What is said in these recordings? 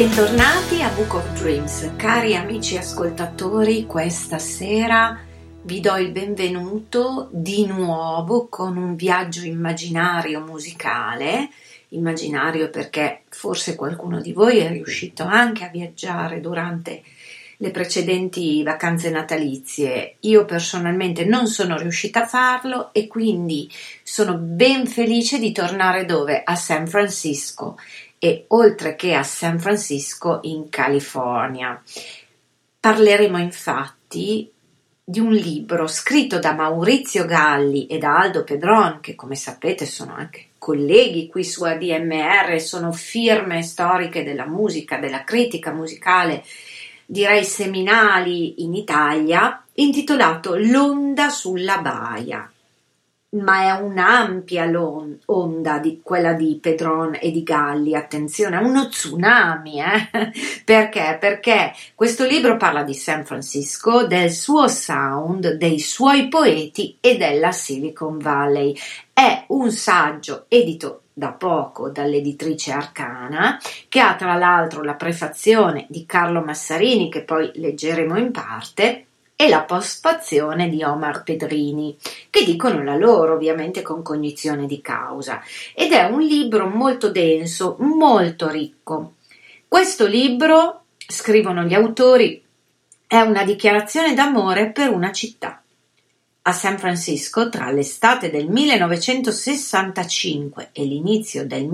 Bentornati a Book of Dreams, cari amici ascoltatori. Questa sera vi do il benvenuto di nuovo con un viaggio immaginario musicale. Immaginario perché forse qualcuno di voi è riuscito anche a viaggiare durante le precedenti vacanze natalizie. Io personalmente non sono riuscita a farlo e quindi sono ben felice di tornare dove? A San Francisco. E oltre che a San Francisco in California. Parleremo infatti di un libro scritto da Maurizio Galli e da Aldo Pedron, che come sapete sono anche colleghi qui su ADMR, sono firme storiche della musica, della critica musicale, direi seminali in Italia, intitolato L'onda sulla baia. Ma è un'ampia onda di quella di Pedron e di Galli, attenzione, è uno tsunami, Perché? Perché questo libro parla di San Francisco, del suo sound, dei suoi poeti e della Silicon Valley. È un saggio edito da poco dall'editrice Arcana, che ha tra l'altro la prefazione di Carlo Massarini, che poi leggeremo in parte, e la postfazione di Omar Pedrini, che dicono la loro, ovviamente con cognizione di causa. Ed è un libro molto denso, molto ricco. Questo libro, scrivono gli autori, è una dichiarazione d'amore per una città. A San Francisco, tra l'estate del 1965 e l'inizio del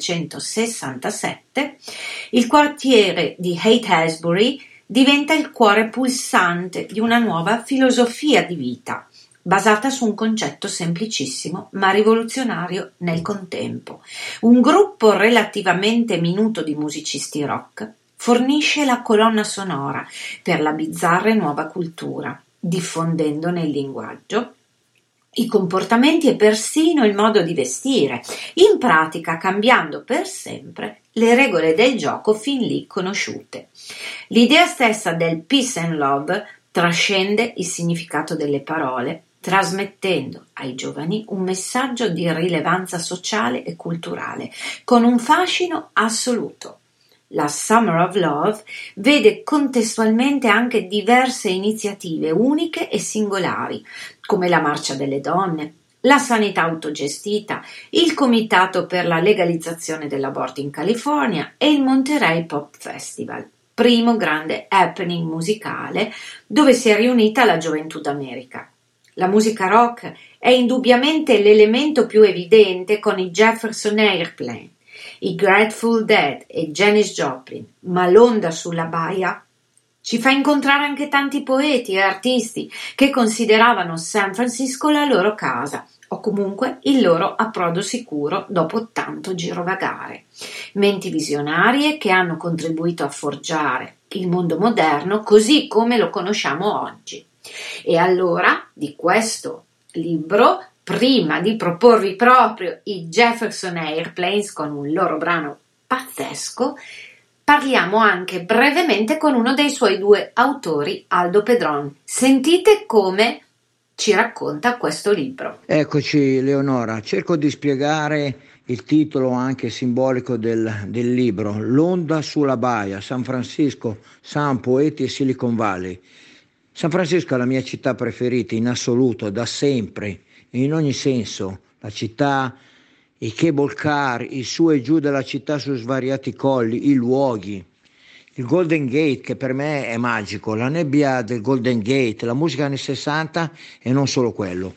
1967, il quartiere di Haight-Ashbury diventa il cuore pulsante di una nuova filosofia di vita, basata su un concetto semplicissimo ma rivoluzionario nel contempo. Un gruppo relativamente minuto di musicisti rock fornisce la colonna sonora per la bizzarra e nuova cultura, diffondendone il linguaggio, i comportamenti e persino il modo di vestire, in pratica cambiando per sempre le regole del gioco fin lì conosciute. L'idea stessa del peace and love trascende il significato delle parole, trasmettendo ai giovani un messaggio di rilevanza sociale e culturale, con un fascino assoluto. La Summer of Love vede contestualmente anche diverse iniziative uniche e singolari, come la Marcia delle Donne, la sanità autogestita, il Comitato per la legalizzazione dell'aborto in California e il Monterey Pop Festival, primo grande happening musicale dove si è riunita la gioventù d'America. La musica rock è indubbiamente l'elemento più evidente con i Jefferson Airplane, i Grateful Dead e Janis Joplin, ma l'onda sulla baia ci fa incontrare anche tanti poeti e artisti che consideravano San Francisco la loro casa o comunque il loro approdo sicuro dopo tanto girovagare. Menti visionarie che hanno contribuito a forgiare il mondo moderno così come lo conosciamo oggi. E allora di questo libro, prima di proporvi proprio i Jefferson Airplanes con un loro brano pazzesco, parliamo anche brevemente con uno dei suoi due autori, Aldo Pedron. Sentite come ci racconta questo libro. Eccoci Leonora, cerco di spiegare il titolo anche simbolico del libro, L'onda sulla baia, San Francisco, Sun, poeti e Silicon Valley. San Francisco è la mia città preferita in assoluto, da sempre, in ogni senso. La città, i cable car, il su e giù della città su svariati colli, i luoghi, il Golden Gate che per me è magico, la nebbia del Golden Gate, la musica anni 60 e non solo quello.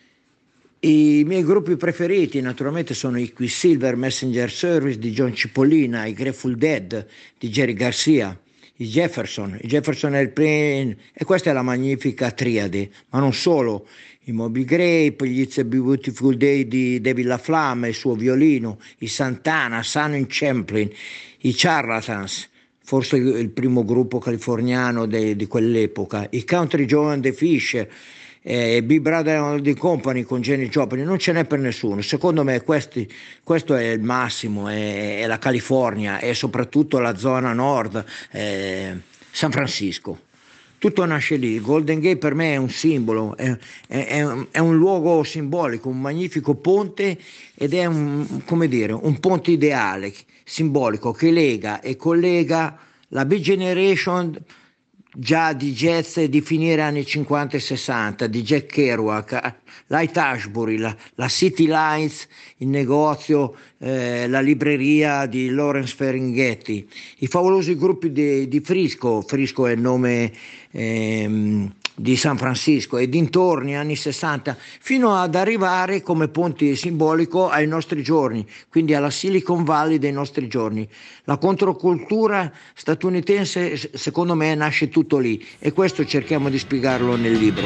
I miei gruppi preferiti naturalmente sono i Quicksilver Messenger Service di John Cipollina, i Grateful Dead di Jerry Garcia, i Jefferson Airplane, e questa è la magnifica triade, ma non solo, i Moby Grape, gli It's a Beautiful Day di David LaFlamme, il suo violino, i Santana, Sun Champlin, i Charlatans, forse il primo gruppo californiano di quell'epoca, i Country Joe and the Fish, Big Brother and the Company con Janis Joplin, non ce n'è per nessuno. Secondo me questo è il massimo, è la California e soprattutto la zona nord, San Francisco. Tutto nasce lì. Il Golden Gate per me è un simbolo, è un luogo simbolico, un magnifico ponte, ed è come dire, un ponte ideale, simbolico, che lega e collega la Big Generation già di jazz di finire anni 50 e 60, di Jack Kerouac, Light Ashbury, la City Lights, il negozio, la libreria di Lawrence Ferlinghetti, i favolosi gruppi di Frisco. Frisco è il nome di San Francisco, e dintorni anni 60, fino ad arrivare come ponte simbolico ai nostri giorni, quindi alla Silicon Valley dei nostri giorni. La controcultura statunitense, secondo me, nasce tutto lì, e questo cerchiamo di spiegarlo nel libro.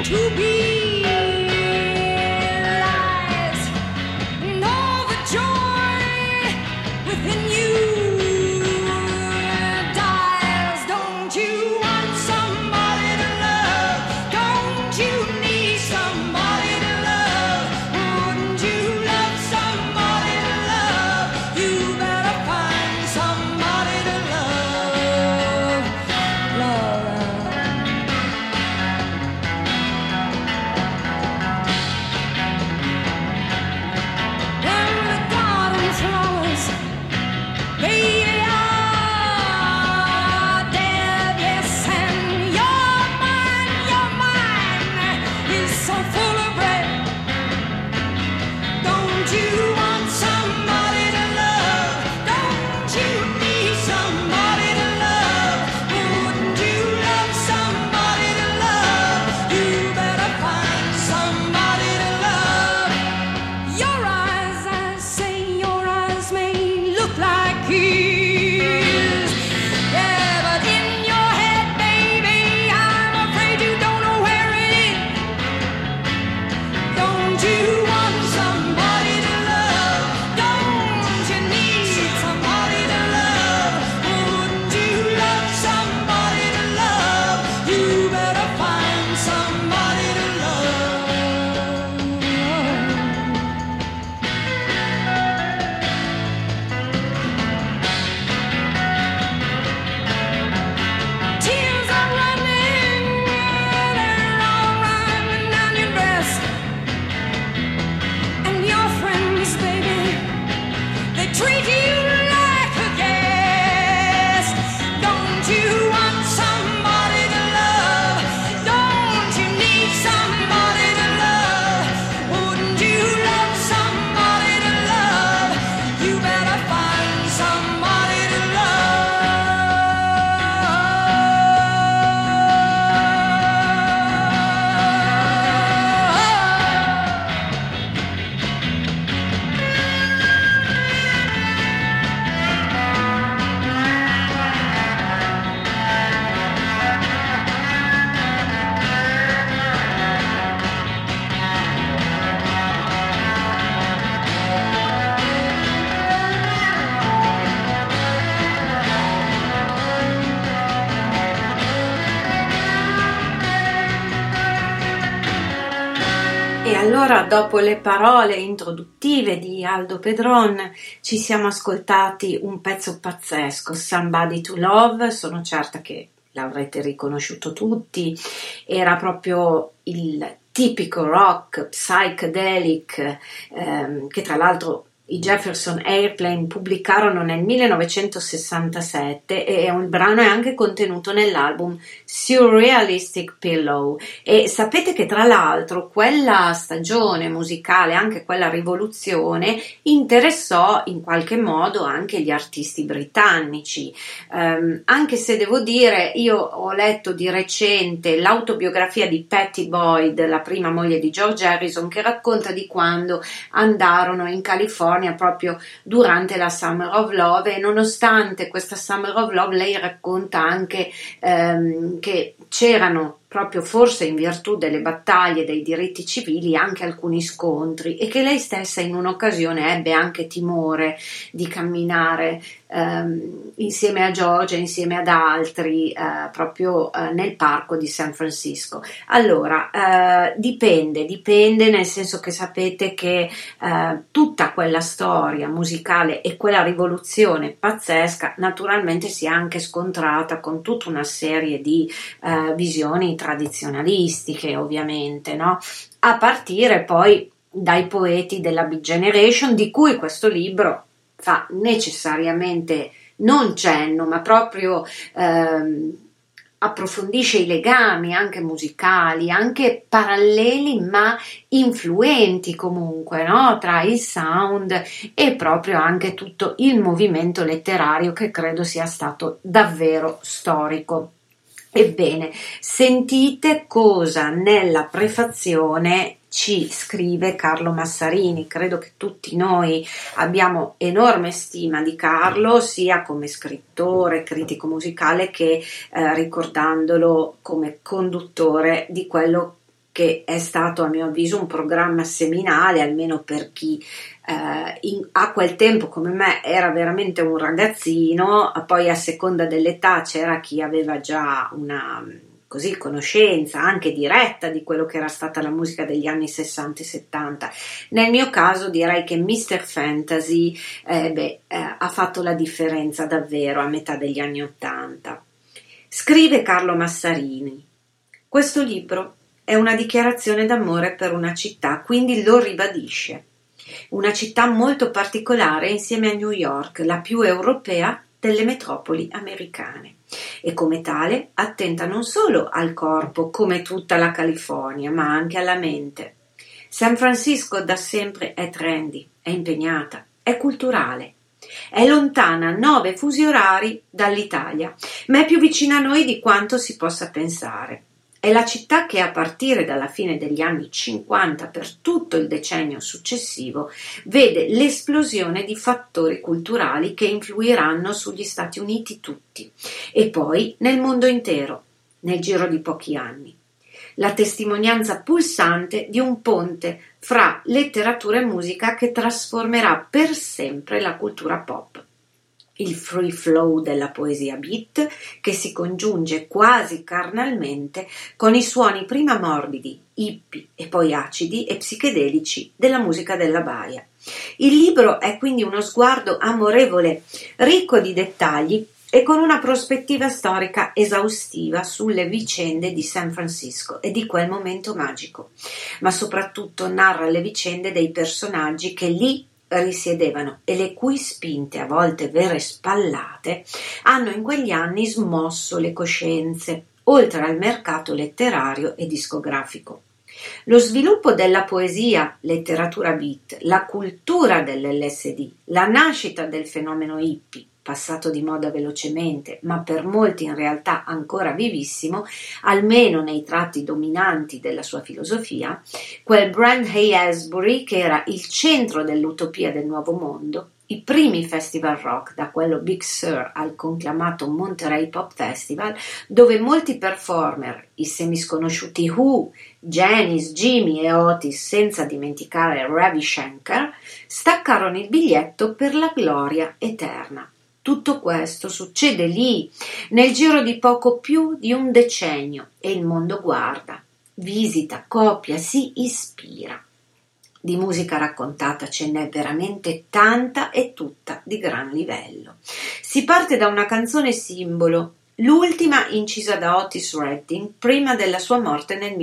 Allora, dopo le parole introduttive di Aldo Pedron, ci siamo ascoltati un pezzo pazzesco, Somebody to Love. Sono certa che l'avrete riconosciuto tutti, era proprio il tipico rock psychedelic che tra l'altro i Jefferson Airplane pubblicarono nel 1967, e il brano è anche contenuto nell'album Surrealistic Pillow. E sapete che tra l'altro quella stagione musicale, anche quella rivoluzione, interessò in qualche modo anche gli artisti britannici, anche se devo dire, io ho letto di recente l'autobiografia di Pattie Boyd, la prima moglie di George Harrison, che racconta di quando andarono in California proprio durante la Summer of Love, e nonostante questa Summer of Love lei racconta anche che c'erano proprio forse in virtù delle battaglie dei diritti civili, anche alcuni scontri, e che lei stessa in un'occasione ebbe anche timore di camminare insieme a George e insieme ad altri proprio nel parco di San Francisco. Allora, dipende, nel senso che sapete che tutta quella storia musicale e quella rivoluzione pazzesca naturalmente si è anche scontrata con tutta una serie di visioni tradizionalistiche, ovviamente, no? A partire poi dai poeti della Big Generation, di cui questo libro fa necessariamente non cenno, ma proprio approfondisce i legami anche musicali, anche paralleli ma influenti comunque, no? Tra il sound e proprio anche tutto il movimento letterario, che credo sia stato davvero storico. Ebbene, sentite cosa nella prefazione ci scrive Carlo Massarini. Credo che tutti noi abbiamo enorme stima di Carlo, sia come scrittore, critico musicale, che ricordandolo come conduttore di quello che è stato, a mio avviso, un programma seminale, almeno per chi a quel tempo come me era veramente un ragazzino. Poi a seconda dell'età c'era chi aveva già una conoscenza anche diretta di quello che era stata la musica degli anni 60 e 70. Nel mio caso direi che Mr. Fantasy ha fatto la differenza davvero a metà degli anni 80. Scrive Carlo Massarini: questo libro è una dichiarazione d'amore per una città, quindi lo ribadisce. Una città molto particolare insieme a New York, la più europea delle metropoli americane, e come tale attenta non solo al corpo, come tutta la California, ma anche alla mente. San Francisco da sempre è trendy, è impegnata, è culturale. È lontana 9 fusi orari dall'Italia, ma è più vicina a noi di quanto si possa pensare. È la città che a partire dalla fine degli anni 50 per tutto il decennio successivo vede l'esplosione di fattori culturali che influiranno sugli Stati Uniti tutti e poi nel mondo intero, nel giro di pochi anni. La testimonianza pulsante di un ponte fra letteratura e musica che trasformerà per sempre la cultura pop. Il free flow della poesia beat che si congiunge quasi carnalmente con i suoni prima morbidi, hippie e poi acidi e psichedelici della musica della Baia. Il libro è quindi uno sguardo amorevole, ricco di dettagli e con una prospettiva storica esaustiva sulle vicende di San Francisco e di quel momento magico, ma soprattutto narra le vicende dei personaggi che lì risiedevano e le cui spinte, a volte vere spallate, hanno in quegli anni smosso le coscienze, oltre al mercato letterario e discografico. Lo sviluppo della poesia, letteratura beat, la cultura dell'LSD, la nascita del fenomeno hippie, passato di moda velocemente, ma per molti in realtà ancora vivissimo, almeno nei tratti dominanti della sua filosofia, quel Brand Asbury che era il centro dell'utopia del nuovo mondo, i primi festival rock, da quello Big Sur al conclamato Monterey Pop Festival, dove molti performer, i semisconosciuti Who, Janis, Jimmy e Otis, senza dimenticare Ravi Shankar, staccarono il biglietto per la gloria eterna. Tutto questo succede lì, nel giro di poco più di un decennio, e il mondo guarda, visita, copia, si ispira. Di musica raccontata ce n'è veramente tanta e tutta di gran livello. Si parte da una canzone simbolo, l'ultima incisa da Otis Redding prima della sua morte nel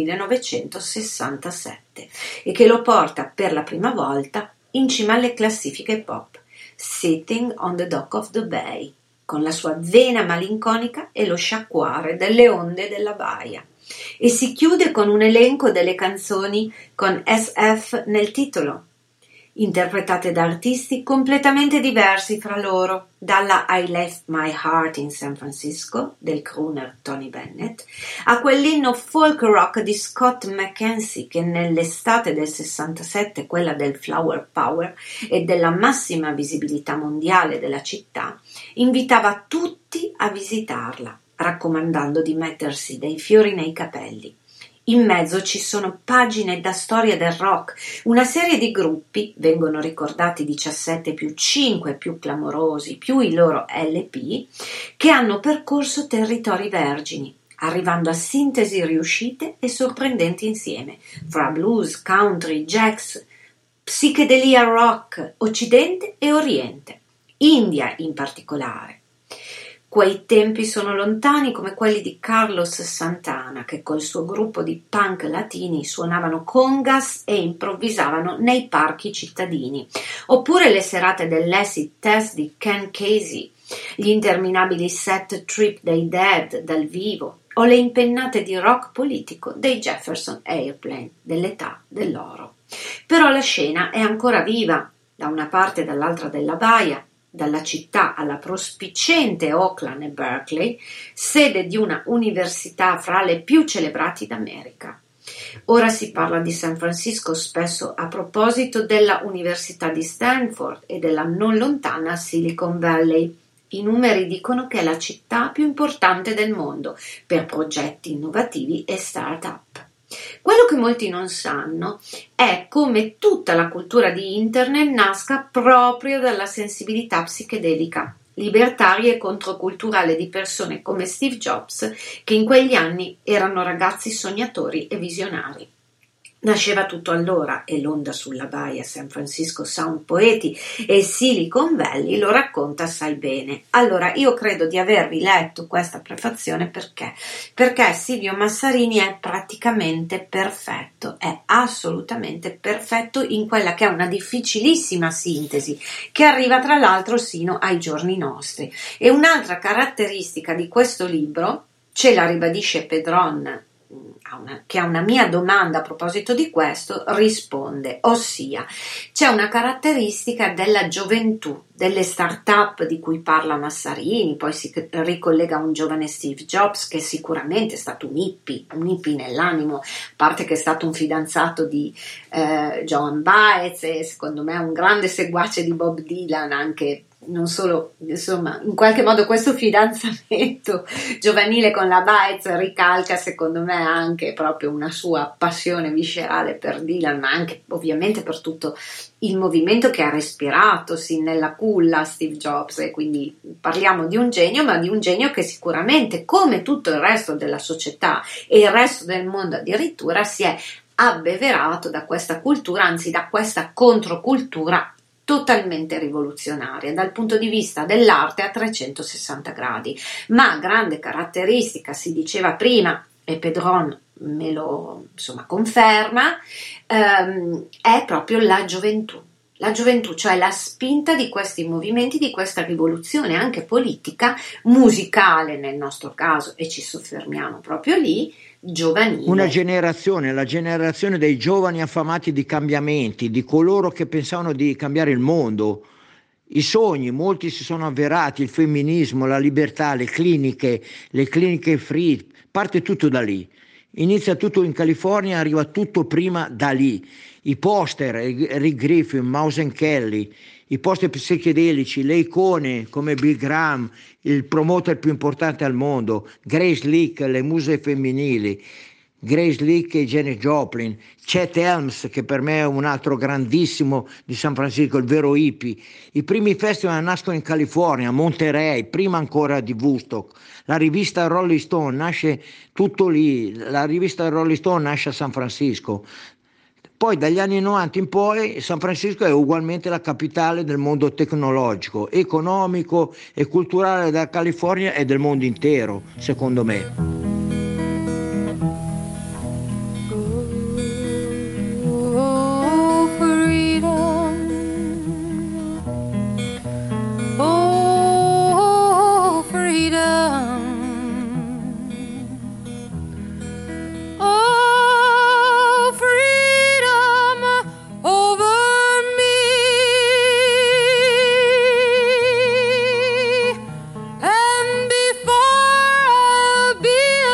1967, e che lo porta per la prima volta in cima alle classifiche pop. Sitting on the Dock of the Bay, con la sua vena malinconica e lo sciacquare delle onde della baia. E si chiude con un elenco delle canzoni con SF nel titolo, interpretate da artisti completamente diversi fra loro, dalla I Left My Heart in San Francisco del crooner Tony Bennett a quell'inno folk rock di Scott McKenzie che nell'estate del 67, quella del Flower Power e della massima visibilità mondiale della città, invitava tutti a visitarla, raccomandando di mettersi dei fiori nei capelli. In mezzo ci sono pagine da storia del rock, una serie di gruppi, vengono ricordati 17 più 5 più clamorosi, più i loro LP, che hanno percorso territori vergini, arrivando a sintesi riuscite e sorprendenti insieme, fra blues, country, jazz, psichedelia rock, occidente e oriente, India in particolare. Quei tempi sono lontani come quelli di Carlos Santana, che col suo gruppo di punk latini suonavano congas e improvvisavano nei parchi cittadini, oppure le serate dell'acid test di Ken Casey, gli interminabili set trip dei Dead dal vivo, o le impennate di rock politico dei Jefferson Airplane dell'età dell'oro. Però la scena è ancora viva, da una parte e dall'altra della baia, dalla città alla prospicente Oakland e Berkeley, sede di una università fra le più celebrati d'America. Ora si parla di San Francisco spesso a proposito della Università di Stanford e della non lontana Silicon Valley. I numeri dicono che è la città più importante del mondo per progetti innovativi e start-up. Quello che molti non sanno è come tutta la cultura di Internet nasca proprio dalla sensibilità psichedelica, libertaria e controculturale di persone come Steve Jobs, che in quegli anni erano ragazzi sognatori e visionari. Nasceva tutto allora e l'onda sulla baia, San Francisco Sound Poeti e Silicon Valley lo racconta assai bene. Allora io credo di avervi letto questa prefazione perché Silvio Massarini è praticamente perfetto, è assolutamente perfetto in quella che è una difficilissima sintesi che arriva tra l'altro sino ai giorni nostri. E un'altra caratteristica di questo libro ce la ribadisce Pedron, che a una mia domanda a proposito di questo risponde, ossia c'è una caratteristica della gioventù, delle start-up di cui parla Massarini, poi si ricollega a un giovane Steve Jobs che sicuramente è stato un hippie nell'animo, a parte che è stato un fidanzato di Joan Baez e secondo me un grande seguace di Bob Dylan, anche non solo, insomma, in qualche modo questo fidanzamento giovanile con la Baez ricalca secondo me anche proprio una sua passione viscerale per Dylan, ma anche ovviamente per tutto il movimento che ha respirato sin nella culla Steve Jobs, e quindi parliamo di un genio, ma di un genio che sicuramente, come tutto il resto della società e il resto del mondo addirittura, si è abbeverato da questa cultura, anzi da questa controcultura totalmente rivoluzionaria dal punto di vista dell'arte a 360 gradi, ma grande caratteristica, si diceva prima e Pedron me lo conferma, è proprio la gioventù, cioè la spinta di questi movimenti, di questa rivoluzione anche politica, musicale nel nostro caso, e ci soffermiamo proprio lì, giovanile. Una generazione, la generazione dei giovani affamati di cambiamenti, di coloro che pensavano di cambiare il mondo. I sogni, molti si sono avverati, il femminismo, la libertà, le cliniche free, parte tutto da lì. Inizia tutto in California, arriva tutto prima da lì. I poster, Rick Griffin, Mouse and Kelly, i poster psichedelici, le icone come Bill Graham, il promoter più importante al mondo, Grace Leak, le muse femminili, Grace Leak e Janis Joplin, Chet Helms, che per me è un altro grandissimo di San Francisco, il vero hippie. I primi festival nascono in California, a Monterey, prima ancora di Woodstock. La rivista Rolling Stone nasce tutto lì, la rivista Rolling Stone nasce a San Francisco. Poi dagli anni 90 in poi San Francisco è ugualmente la capitale del mondo tecnologico, economico e culturale della California e del mondo intero, secondo me. And before I'll be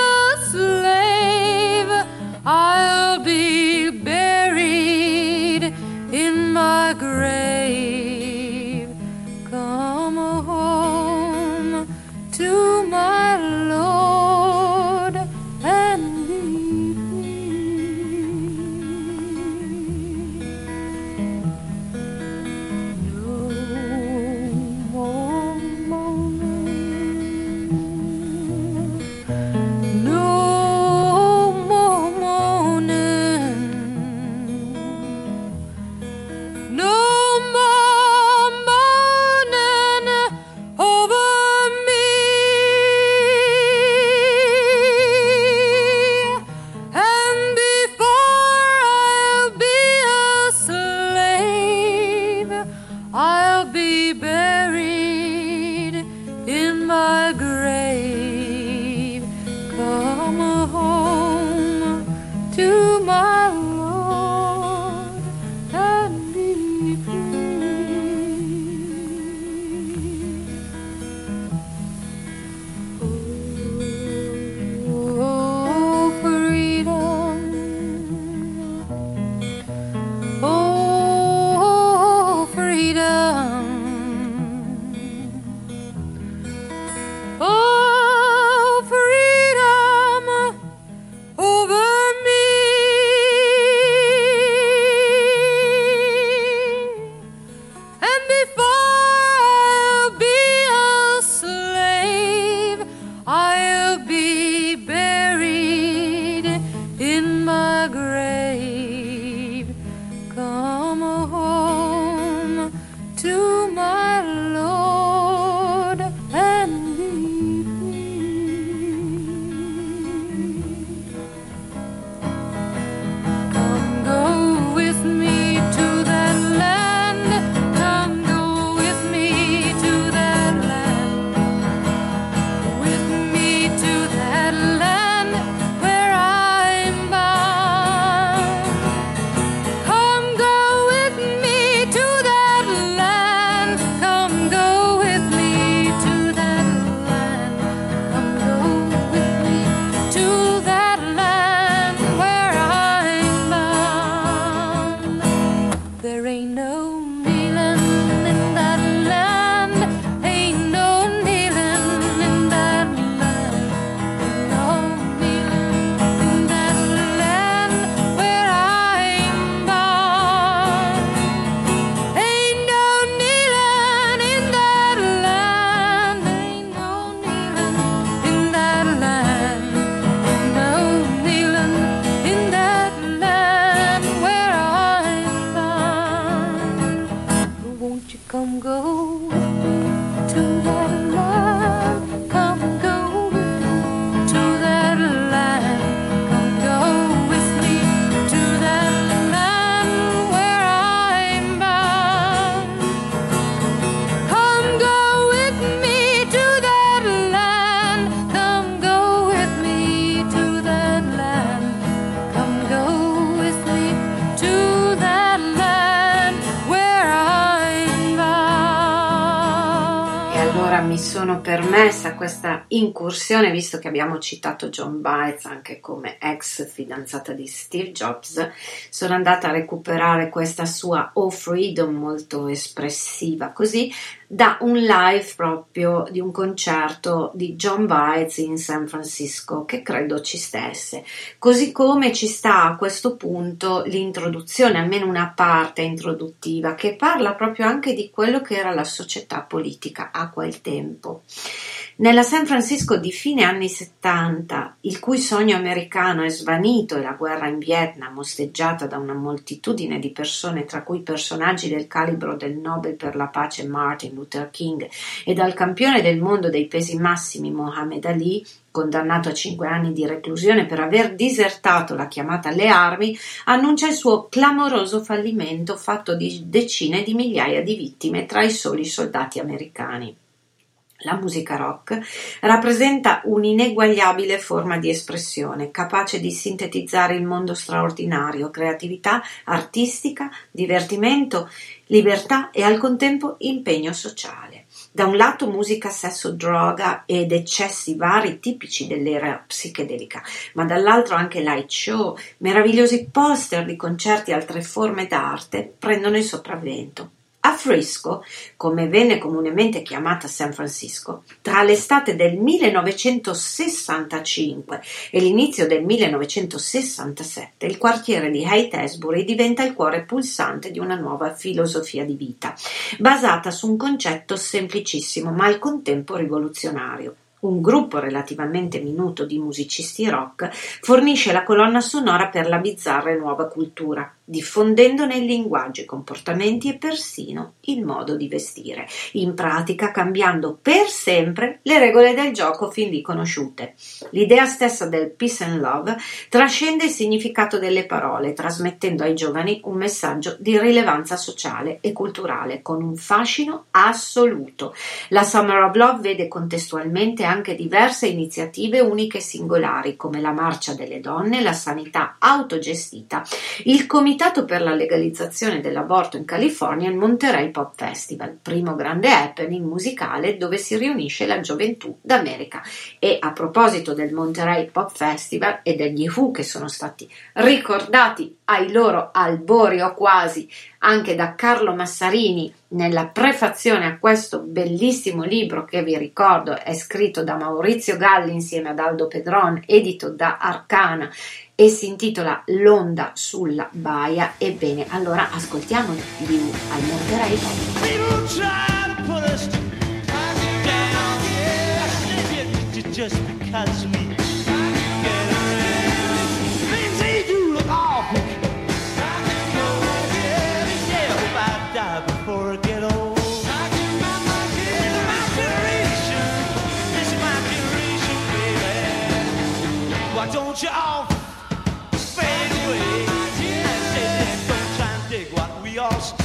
sono permessa questa incursione, visto che abbiamo citato John Baez anche come ex fidanzata di Steve Jobs, sono andata a recuperare questa sua Oh Freedom molto espressiva, così da un live proprio di un concerto di John Baez in San Francisco, che credo ci stesse, così come ci sta a questo punto l'introduzione, almeno una parte introduttiva, che parla proprio anche di quello che era la società politica a quel tempo. Nella San Francisco di fine anni 70, il cui sogno americano è svanito e la guerra in Vietnam osteggiata da una moltitudine di persone, tra cui personaggi del calibro del Nobel per la pace Martin Luther King e dal campione del mondo dei pesi massimi Muhammad Ali, condannato a 5 anni di reclusione per aver disertato la chiamata alle armi, annuncia il suo clamoroso fallimento fatto di decine di migliaia di vittime tra i soli soldati americani. La musica rock rappresenta un'ineguagliabile forma di espressione, capace di sintetizzare il mondo straordinario, creatività artistica, divertimento, libertà e al contempo impegno sociale. Da un lato musica, sesso, droga ed eccessi vari tipici dell'era psichedelica, ma dall'altro anche light show, meravigliosi poster di concerti e altre forme d'arte prendono il sopravvento. A Frisco, come venne comunemente chiamata San Francisco, tra l'estate del 1965 e l'inizio del 1967, il quartiere di Haight-Ashbury diventa il cuore pulsante di una nuova filosofia di vita, basata su un concetto semplicissimo ma al contempo rivoluzionario. Un gruppo relativamente minuto di musicisti rock fornisce la colonna sonora per la bizzarra e nuova cultura, diffondendone il linguaggio, i comportamenti e persino il modo di vestire, in pratica cambiando per sempre le regole del gioco fin lì conosciute. L'idea stessa del peace and love trascende il significato delle parole, trasmettendo ai giovani un messaggio di rilevanza sociale e culturale con un fascino assoluto. La Summer of Love vede contestualmente anche diverse iniziative uniche e singolari, come la Marcia delle Donne, la sanità autogestita, il Comitato per la legalizzazione dell'aborto in California e il Monterey Pop Festival, primo grande happening musicale dove si riunisce la gioventù d'America. E a proposito del Monterey Pop Festival e degli Who, che sono stati ricordati ai loro albori o quasi anche da Carlo Massarini nella prefazione a questo bellissimo libro che vi ricordo è scritto da Maurizio Galli insieme ad Aldo Pedron, edito da Arcana e si intitola L'onda sulla baia. Ebbene, allora ascoltiamo gli Who al Monterey before I get old. My generation, this is my generation, baby. Why don't you all fade away? I said, don't try and dig what we all said.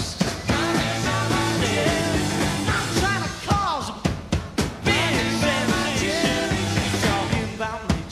I'm trying to cause a big sensation, talking about me.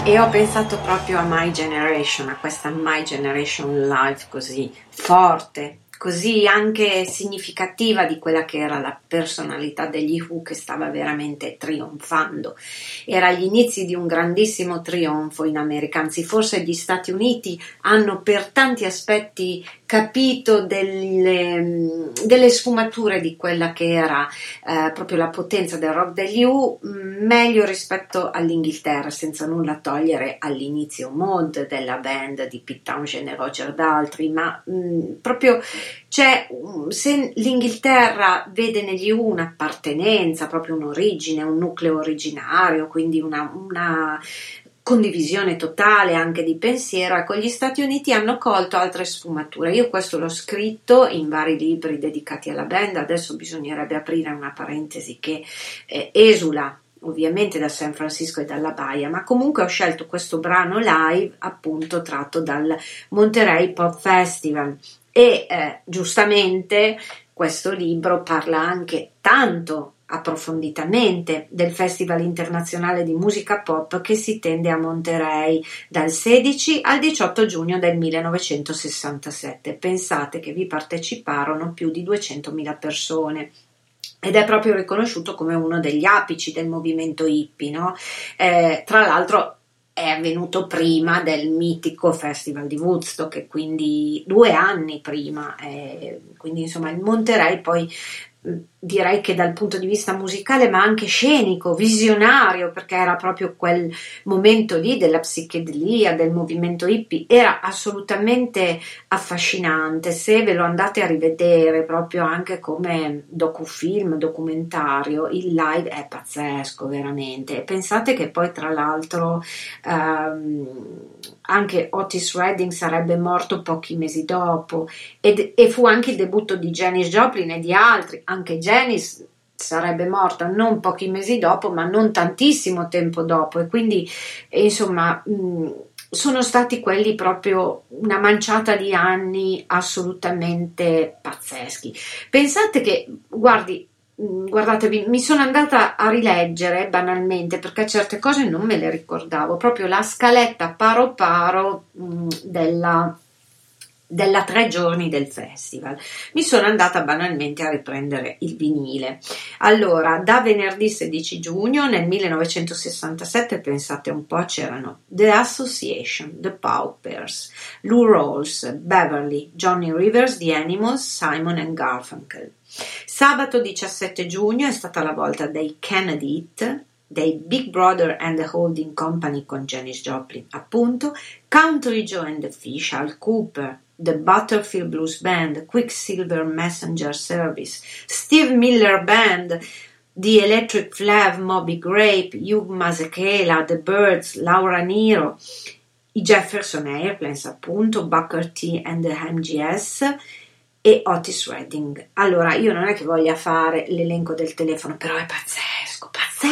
E ho pensato proprio a My Generation, a questa My Generation Live così forte, così anche significativa di quella che era la personalità degli Who, che stava veramente trionfando. Era agli inizi di un grandissimo trionfo in America, anzi forse gli Stati Uniti hanno per tanti aspetti capito delle sfumature di quella che era proprio la potenza del rock degli Who, meglio rispetto all'Inghilterra, senza nulla togliere all'inizio mod della band di Pete Townshend e Roger Daltrey, ma proprio c'è, se l'Inghilterra vede negli Who un'appartenenza, proprio un'origine, un nucleo originario, quindi una condivisione totale anche di pensiero, ecco, gli Stati Uniti hanno colto altre sfumature. Io questo l'ho scritto in vari libri dedicati alla band. Adesso bisognerebbe aprire una parentesi che esula ovviamente da San Francisco e dalla Baia, ma comunque ho scelto questo brano live appunto tratto dal Monterey Pop Festival e giustamente questo libro parla anche tanto approfonditamente del Festival internazionale di musica pop che si tende a Monterey dal 16 al 18 giugno del 1967. Pensate che vi parteciparono più di 200.000 persone. Ed è proprio riconosciuto come uno degli apici del movimento hippie, no? Tra l'altro è avvenuto prima del mitico Festival di Woodstock, e quindi 2 anni prima, quindi insomma il Monterey poi direi che dal punto di vista musicale ma anche scenico, visionario, perché era proprio quel momento lì della psichedelia, del movimento hippie, era assolutamente affascinante. Se ve lo andate a rivedere proprio anche come docufilm, documentario, il live è pazzesco veramente. E pensate che poi tra l'altro anche Otis Redding sarebbe morto pochi mesi dopo e fu anche il debutto di Janis Joplin e di altri. Anche Janis sarebbe morta non pochi mesi dopo, ma non tantissimo tempo dopo, e quindi insomma sono stati quelli proprio una manciata di anni assolutamente pazzeschi. Pensate che, guardatevi, mi sono andata a rileggere banalmente perché certe cose non me le ricordavo, proprio la scaletta paro paro della 3 giorni del festival. Mi sono andata banalmente a riprendere il vinile. Allora, da venerdì 16 giugno nel 1967, pensate un po', c'erano The Association, The Paupers, Lou Rawls, Beverly, Johnny Rivers, The Animals, Simon and Garfunkel. Sabato 17 giugno è stata la volta dei Kennedy Hit, dei Big Brother and the Holding Company con Janis Joplin, appunto, Country Joe and the Fish, Al Cooper, The Butterfield Blues Band, Quicksilver Messenger Service, Steve Miller Band, The Electric Flav, Moby Grape, Hugh Masekela, The Byrds, Laura Nyro, i Jefferson Airplanes, appunto, Booker T and the MGS e Otis Redding. Allora, io non è che voglia fare l'elenco del telefono, però è pazzesco.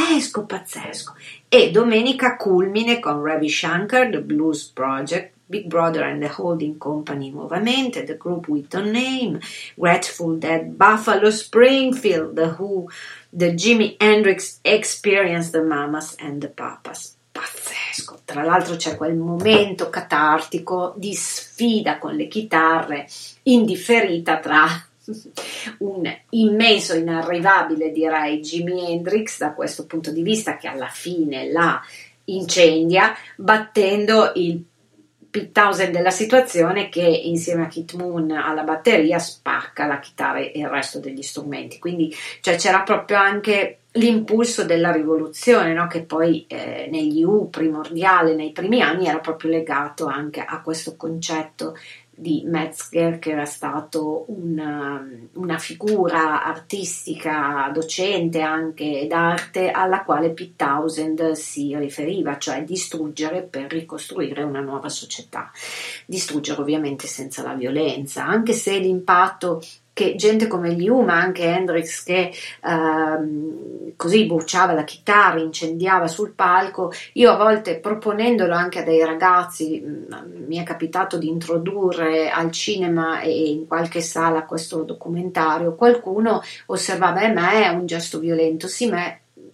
E domenica culmine con Ravi Shankar, The Blues Project, Big Brother and the Holding Company nuovamente, The Group with No Name, Grateful Dead, Buffalo Springfield, The Who, The Jimi Hendrix Experience, The Mamas and the Papas. Pazzesco. Tra l'altro c'è quel momento catartico di sfida con le chitarre indifferita tra un immenso, inarrivabile direi Jimi Hendrix da questo punto di vista, che alla fine la incendia, battendo il Pete Townshend della situazione, che insieme a Keith Moon alla batteria spacca la chitarra e il resto degli strumenti. Quindi cioè, c'era proprio anche l'impulso della rivoluzione, no? Che poi negli U primordiale nei primi anni era proprio legato anche a questo concetto di Metzger, che era stato una figura artistica, docente anche d'arte, alla quale Pete Townshend si riferiva, cioè distruggere per ricostruire una nuova società. Distruggere ovviamente senza la violenza, anche se l'impatto che gente come gli U, ma anche Hendrix, che così bruciava la chitarra, incendiava sul palco, io a volte proponendolo anche a dei ragazzi, mi è capitato di introdurre al cinema e in qualche sala questo documentario, qualcuno osservava: ma è un gesto violento? Sì, ma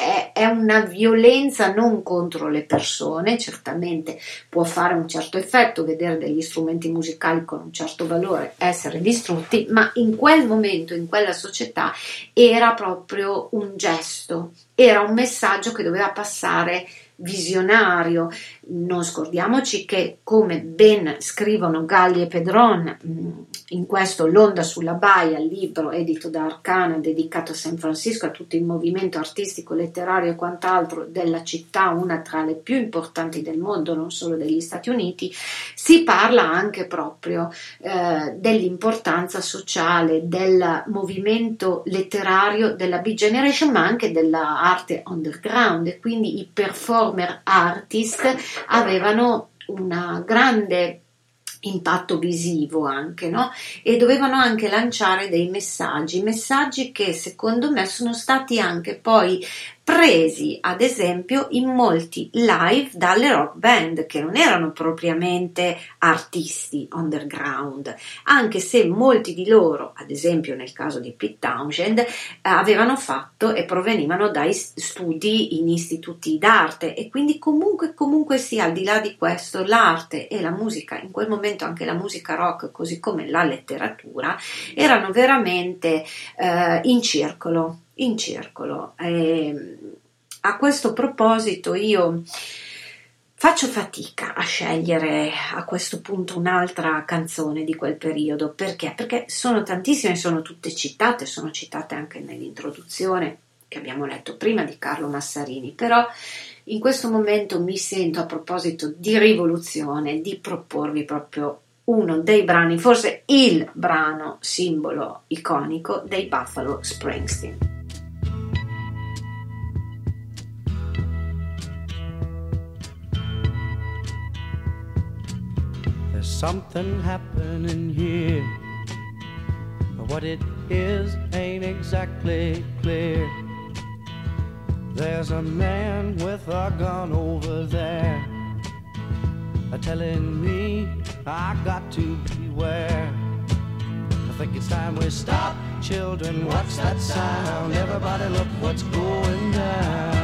è una violenza non contro le persone, certamente può fare un certo effetto vedere degli strumenti musicali con un certo valore essere distrutti, ma in quel momento, in quella società, era proprio un gesto, era un messaggio che doveva passare visionario. Non scordiamoci che, come ben scrivono Galli e Pedron in questo L'onda sulla baia, libro edito da Arcana dedicato a San Francisco, a tutto il movimento artistico, letterario e quant'altro della città, una tra le più importanti del mondo, non solo degli Stati Uniti, si parla anche proprio dell'importanza sociale del movimento letterario della Beat Generation, ma anche della arte underground, e quindi i performer artist avevano un grande impatto visivo anche, no? E dovevano anche lanciare dei messaggi che secondo me sono stati anche poi presi ad esempio in molti live dalle rock band che non erano propriamente artisti underground, anche se molti di loro, ad esempio nel caso di Pete Townshend, avevano fatto e provenivano dai studi in istituti d'arte, e quindi comunque sia, al di là di questo, l'arte e la musica, in quel momento anche la musica rock così come la letteratura, erano veramente in circolo. A questo proposito io faccio fatica a scegliere a questo punto un'altra canzone di quel periodo. Perché sono tantissime, sono tutte citate, sono citate anche nell'introduzione che abbiamo letto prima di Carlo Massarini, però in questo momento mi sento, a proposito di rivoluzione, di proporvi proprio uno dei brani, forse il brano simbolo iconico dei Buffalo Springsteen. There's something happening here. What it is ain't exactly clear. There's a man with a gun over there, telling me I got to beware. I think it's time we stop. Children, what's that sound? Everybody look what's going down.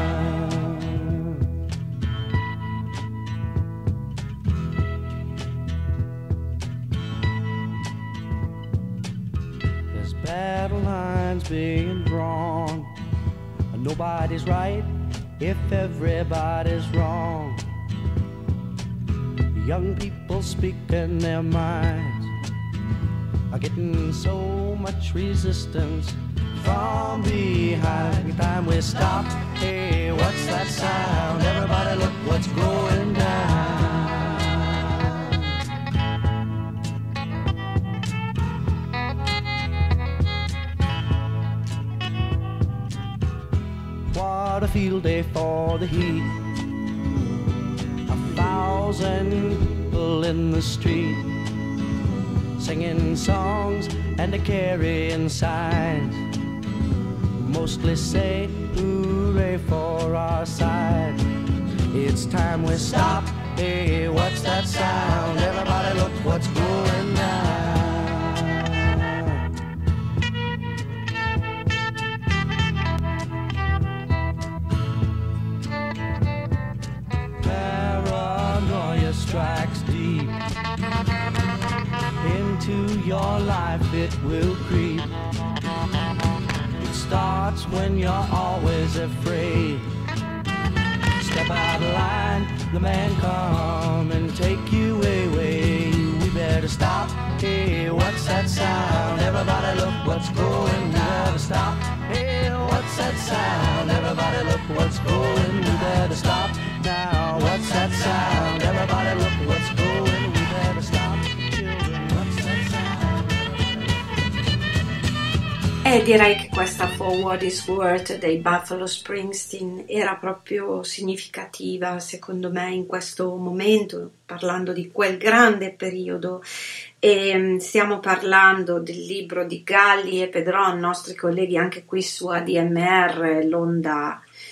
Battle lines being drawn. Nobody's right if everybody's wrong. Young people speaking their minds are getting so much resistance from behind. Every time we stop, hey, what's that sound? Everybody look what's going down. What a field day for the heat. 1,000 people in the street, singing songs and carrying signs, mostly say hooray for our side. It's time we stop. Hey, what's that sound? Everybody look what's going down. Strikes deep into your life, it will creep. It starts when you're always afraid. Step out of line, the man come and take you away. We better stop. Hey, what's that sound? Everybody look what's going. We better stop. Hey, what's that sound? Everybody look what's going. We better stop now. What's that sound? Everybody look what's going. We better stop. Children, what's that sound? E direi che questa For What It's Worth dei Buffalo Springsteen era proprio significativa, secondo me, in questo momento, parlando di quel grande periodo. E stiamo parlando del libro di Galli e Pedron, nostri colleghi anche qui su ADMR, l'onda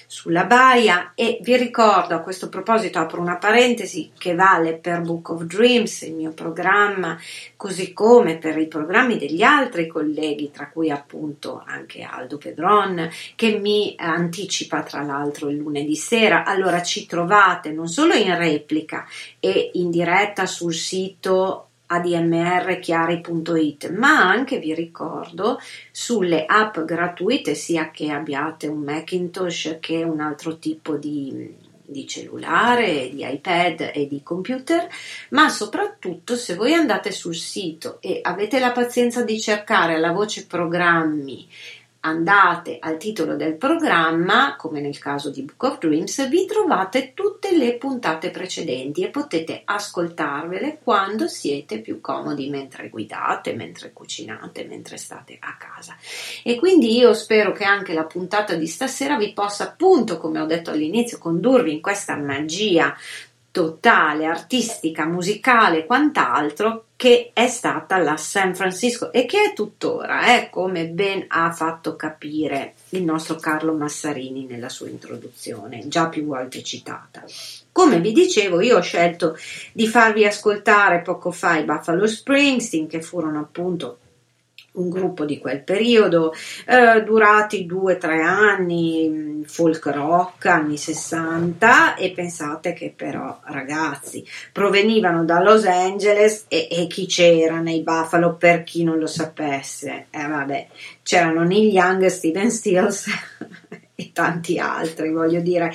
sulla baia. E vi ricordo, a questo proposito apro una parentesi, che vale per Book of Dreams, il mio programma, così come per i programmi degli altri colleghi, tra cui appunto anche Aldo Pedron, che mi anticipa tra l'altro il lunedì sera. Allora ci trovate non solo in replica e in diretta sul sito admrchiari.it, ma anche, vi ricordo, sulle app gratuite, sia che abbiate un Macintosh che un altro tipo di cellulare, di iPad e di computer, ma soprattutto se voi andate sul sito e avete la pazienza di cercare alla voce programmi, andate al titolo del programma, come nel caso di Book of Dreams, vi trovate tutte le puntate precedenti e potete ascoltarvele quando siete più comodi, mentre guidate, mentre cucinate, mentre state a casa. E quindi io spero che anche la puntata di stasera vi possa, appunto, come ho detto all'inizio, condurvi in questa magia totale, artistica, musicale e quant'altro che è stata la San Francisco e che è tuttora, come ben ha fatto capire il nostro Carlo Massarini nella sua introduzione, già più volte citata. Come vi dicevo, io ho scelto di farvi ascoltare poco fa i Buffalo Springsteen, che furono appunto un gruppo di quel periodo, durati 2-3 anni, folk rock, anni 60, e pensate che però, ragazzi, provenivano da Los Angeles e chi c'era nei Buffalo, per chi non lo sapesse? Vabbè, c'erano Neil Young, Steven Stills e tanti altri, voglio dire.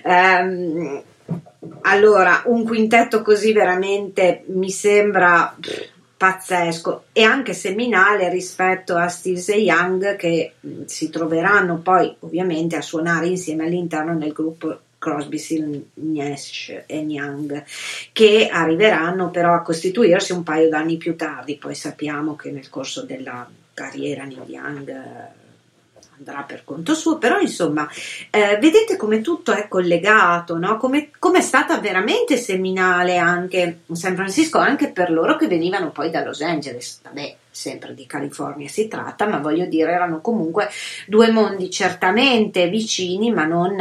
Allora, un quintetto così veramente mi sembra pazzesco e anche seminale rispetto a Stills e Young, che si troveranno poi ovviamente a suonare insieme all'interno del gruppo Crosby, Stills, Nash e Young, che arriveranno però a costituirsi un paio d'anni più tardi. Poi sappiamo che nel corso della carriera Neil Young andrà per conto suo, però insomma vedete come tutto è collegato, no? Come è stata veramente seminale anche San Francisco, anche per loro che venivano poi da Los Angeles. Vabbè, sempre di California si tratta, ma voglio dire, erano comunque due mondi certamente vicini, ma non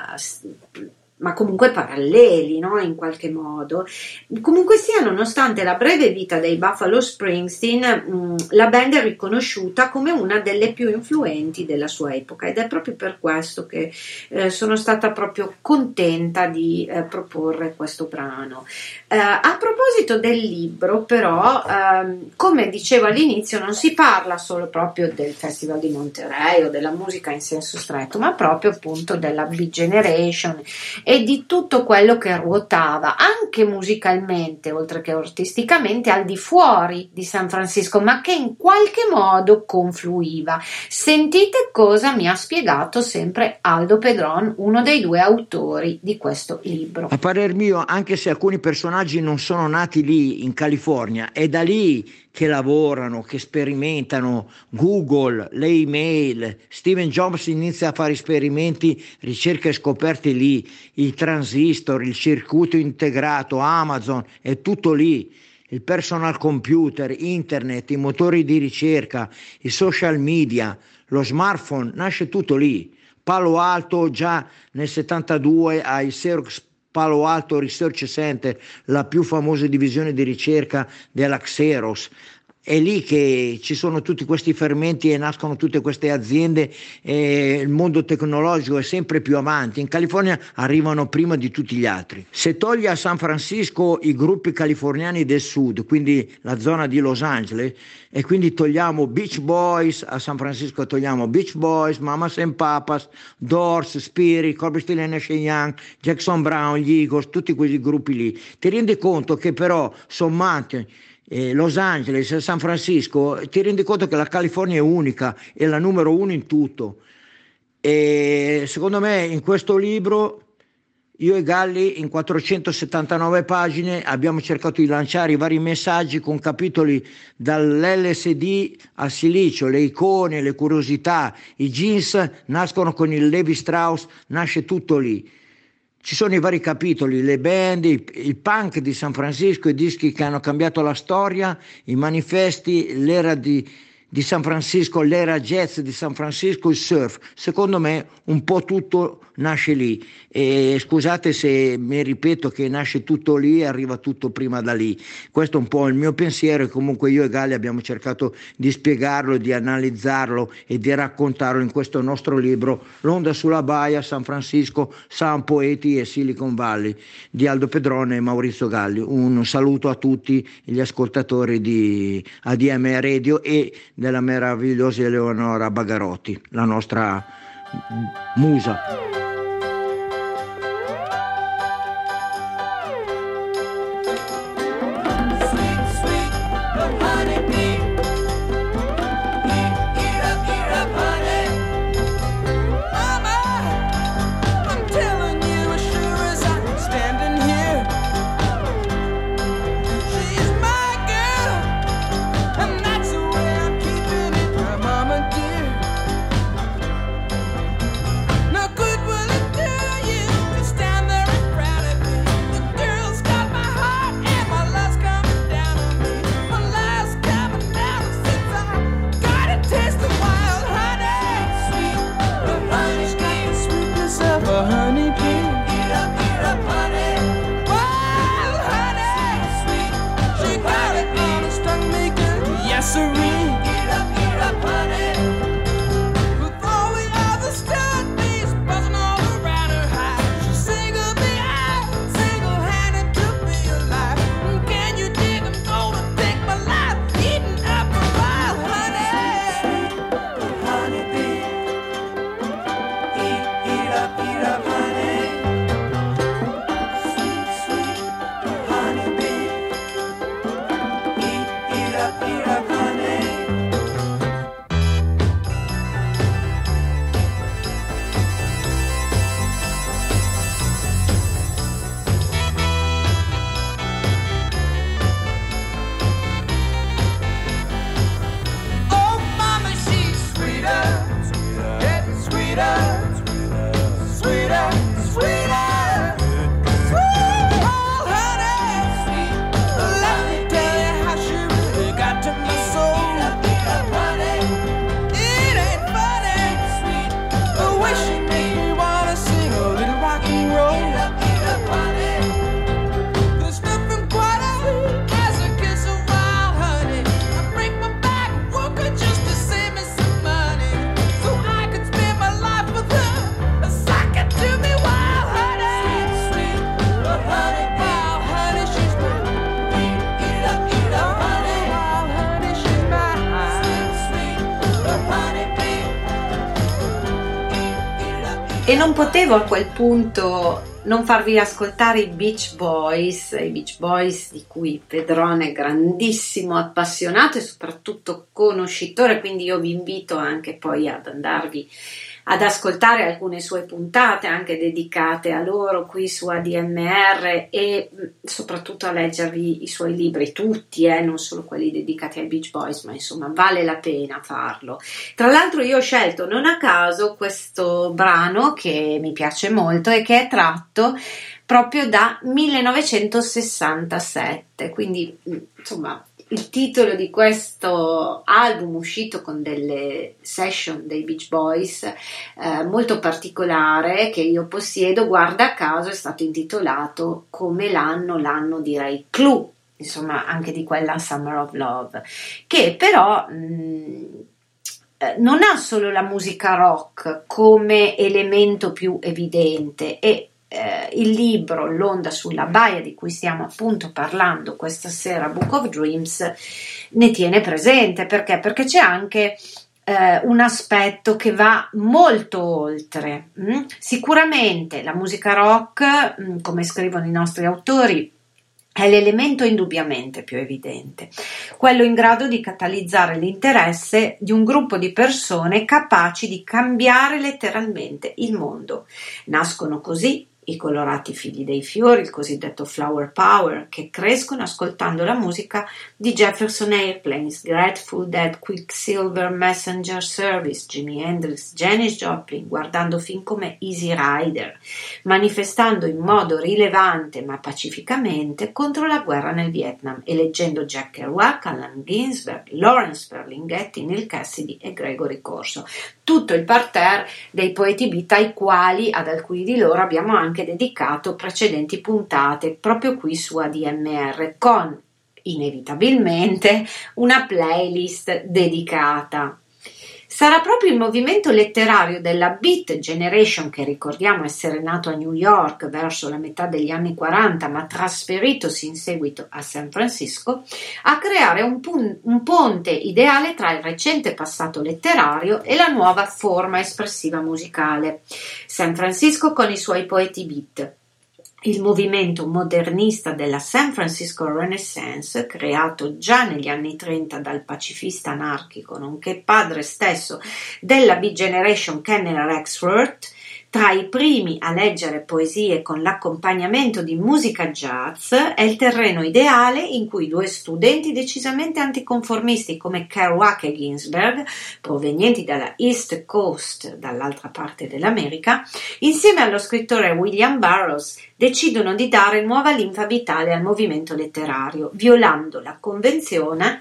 ma comunque paralleli, no? In qualche modo. Comunque sia, nonostante la breve vita dei Buffalo Springsteen, la band è riconosciuta come una delle più influenti della sua epoca, ed è proprio per questo che sono stata proprio contenta di proporre questo brano. A proposito del libro, però, come dicevo all'inizio, non si parla solo proprio del Festival di Monterey o della musica in senso stretto, ma proprio appunto della Beat Generation e di tutto quello che ruotava anche musicalmente, oltre che artisticamente, al di fuori di San Francisco, ma che in qualche modo confluiva. Sentite cosa mi ha spiegato sempre Aldo Pedron, uno dei due autori di questo libro. A parer mio, anche se alcuni personaggi non sono nati lì in California, è da lì che lavorano, che sperimentano. Google, le email, Steven Jobs inizia a fare esperimenti, ricerche e scoperte lì, il transistor, il circuito integrato, Amazon, è tutto lì. Il personal computer, internet, i motori di ricerca, i social media, lo smartphone, nasce tutto lì. Palo Alto già nel 72 ai Xerox Palo Alto Research Center, la più famosa divisione di ricerca della Xerox. È lì che ci sono tutti questi fermenti e nascono tutte queste aziende, e il mondo tecnologico è sempre più avanti. In California arrivano prima di tutti gli altri. Se togli a San Francisco i gruppi californiani del sud, quindi la zona di Los Angeles, e quindi togliamo Beach Boys, a San Francisco togliamo Beach Boys, Mamas and Papas, Doors, Spirit, Crosby, Stills Nash Young, Jackson Browne, gli Eagles, tutti questi gruppi lì, ti rendi conto che però sommati Los Angeles e San Francisco, ti rendi conto che la California è unica, è la numero uno in tutto. E secondo me in questo libro io e Galli, in 479 pagine, abbiamo cercato di lanciare i vari messaggi con capitoli dall'LSD al silicio, le icone, le curiosità. I jeans nascono con il Levi Strauss, nasce tutto lì. Ci sono i vari capitoli, le band, il punk di San Francisco, i dischi che hanno cambiato la storia, i manifesti, l'era di di San Francisco, l'era jazz di San Francisco, il surf, secondo me un po' tutto nasce lì, e scusate se mi ripeto che nasce tutto lì e arriva tutto prima da lì. Questo è un po' il mio pensiero, e comunque io e Galli abbiamo cercato di spiegarlo, di analizzarlo e di raccontarlo in questo nostro libro L'onda sulla baia, San Francisco, Sound Poeti e Silicon Valley di Aldo Pedrone e Maurizio Galli. Un saluto a tutti gli ascoltatori di ADMR Radio e della meravigliosa Eleonora Bagarotti, la nostra musa. E non potevo a quel punto non farvi ascoltare i Beach Boys di cui Pedrone è grandissimo appassionato e soprattutto conoscitore, quindi io vi invito anche poi ad andarvi ad ascoltare alcune sue puntate anche dedicate a loro qui su ADMR e soprattutto a leggervi i suoi libri, tutti, non solo quelli dedicati ai Beach Boys, ma insomma vale la pena farlo. Tra l'altro io ho scelto non a caso questo brano che mi piace molto e che è tratto proprio da 1967, quindi insomma il titolo di questo album uscito con delle session dei Beach Boys molto particolare che io possiedo, guarda caso è stato intitolato come l'anno direi clou, insomma anche di quella Summer of Love, che però non ha solo la musica rock come elemento più evidente e il libro L'onda sulla baia di cui stiamo appunto parlando questa sera, Book of Dreams, ne tiene presente perché c'è anche un aspetto che va molto oltre. Sicuramente la musica rock, come scrivono i nostri autori, è l'elemento indubbiamente più evidente, quello in grado di catalizzare l'interesse di un gruppo di persone capaci di cambiare letteralmente il mondo. Nascono così i colorati figli dei fiori, il cosiddetto flower power, che crescono ascoltando la musica di Jefferson Airplanes, Grateful Dead, Quicksilver, Messenger Service, Jimi Hendrix, Janis Joplin, guardando film come Easy Rider, manifestando in modo rilevante ma pacificamente contro la guerra nel Vietnam, eleggendo Jack Kerouac, Allen Ginsberg, Lawrence Ferlinghetti, Neal Cassidy e Gregory Corso. Tutto il parterre dei poeti beat ai quali, ad alcuni di loro, abbiamo anche dedicato precedenti puntate proprio qui su ADMR, con inevitabilmente una playlist dedicata. Sarà proprio il movimento letterario della Beat Generation, che ricordiamo essere nato a New York verso la metà degli anni 40 ma trasferitosi in seguito a San Francisco, a creare un ponte ideale tra il recente passato letterario e la nuova forma espressiva musicale. San Francisco con i suoi poeti beat. Il movimento modernista della San Francisco Renaissance, creato già negli anni 30 dal pacifista anarchico, nonché padre stesso della Beat Generation Kenneth Rexroth, tra i primi a leggere poesie con l'accompagnamento di musica jazz, è il terreno ideale in cui due studenti decisamente anticonformisti come Kerouac e Ginsberg, provenienti dalla East Coast, dall'altra parte dell'America, insieme allo scrittore William Burroughs, decidono di dare nuova linfa vitale al movimento letterario, violando la convenienza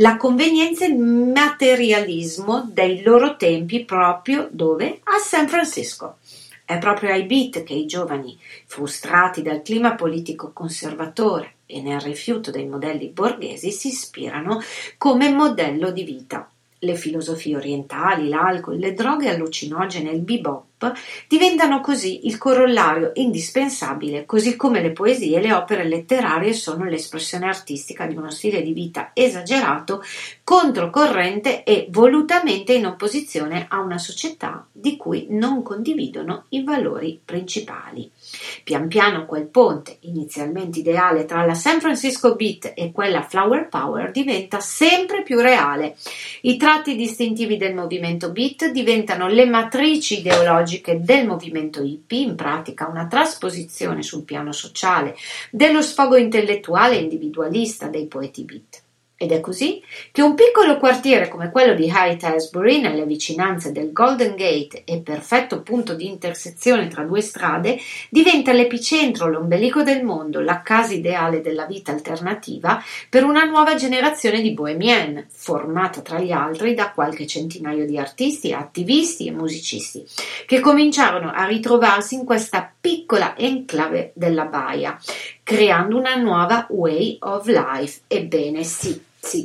e il materialismo dei loro tempi proprio dove? A San Francisco. È proprio ai beat che i giovani, frustrati dal clima politico conservatore e nel rifiuto dei modelli borghesi, si ispirano come modello di vita. Le filosofie orientali, l'alcol, le droghe allucinogene e il bebop diventano così il corollario indispensabile, così come le poesie e le opere letterarie sono l'espressione artistica di uno stile di vita esagerato, controcorrente e volutamente in opposizione a una società di cui non condividono i valori principali. Pian piano quel ponte, inizialmente ideale tra la San Francisco Beat e quella Flower Power, diventa sempre più reale. I tratti distintivi del movimento beat diventano le matrici ideologiche del movimento hippie, in pratica una trasposizione sul piano sociale dello sfogo intellettuale e individualista dei poeti beat. Ed è così che un piccolo quartiere come quello di Haight-Ashbury, nelle vicinanze del Golden Gate e perfetto punto di intersezione tra due strade, diventa l'epicentro, l'ombelico del mondo, la casa ideale della vita alternativa per una nuova generazione di bohemienne, formata tra gli altri da qualche centinaio di artisti, attivisti e musicisti, che cominciarono a ritrovarsi in questa piccola enclave della baia, creando una nuova way of life. Ebbene sì,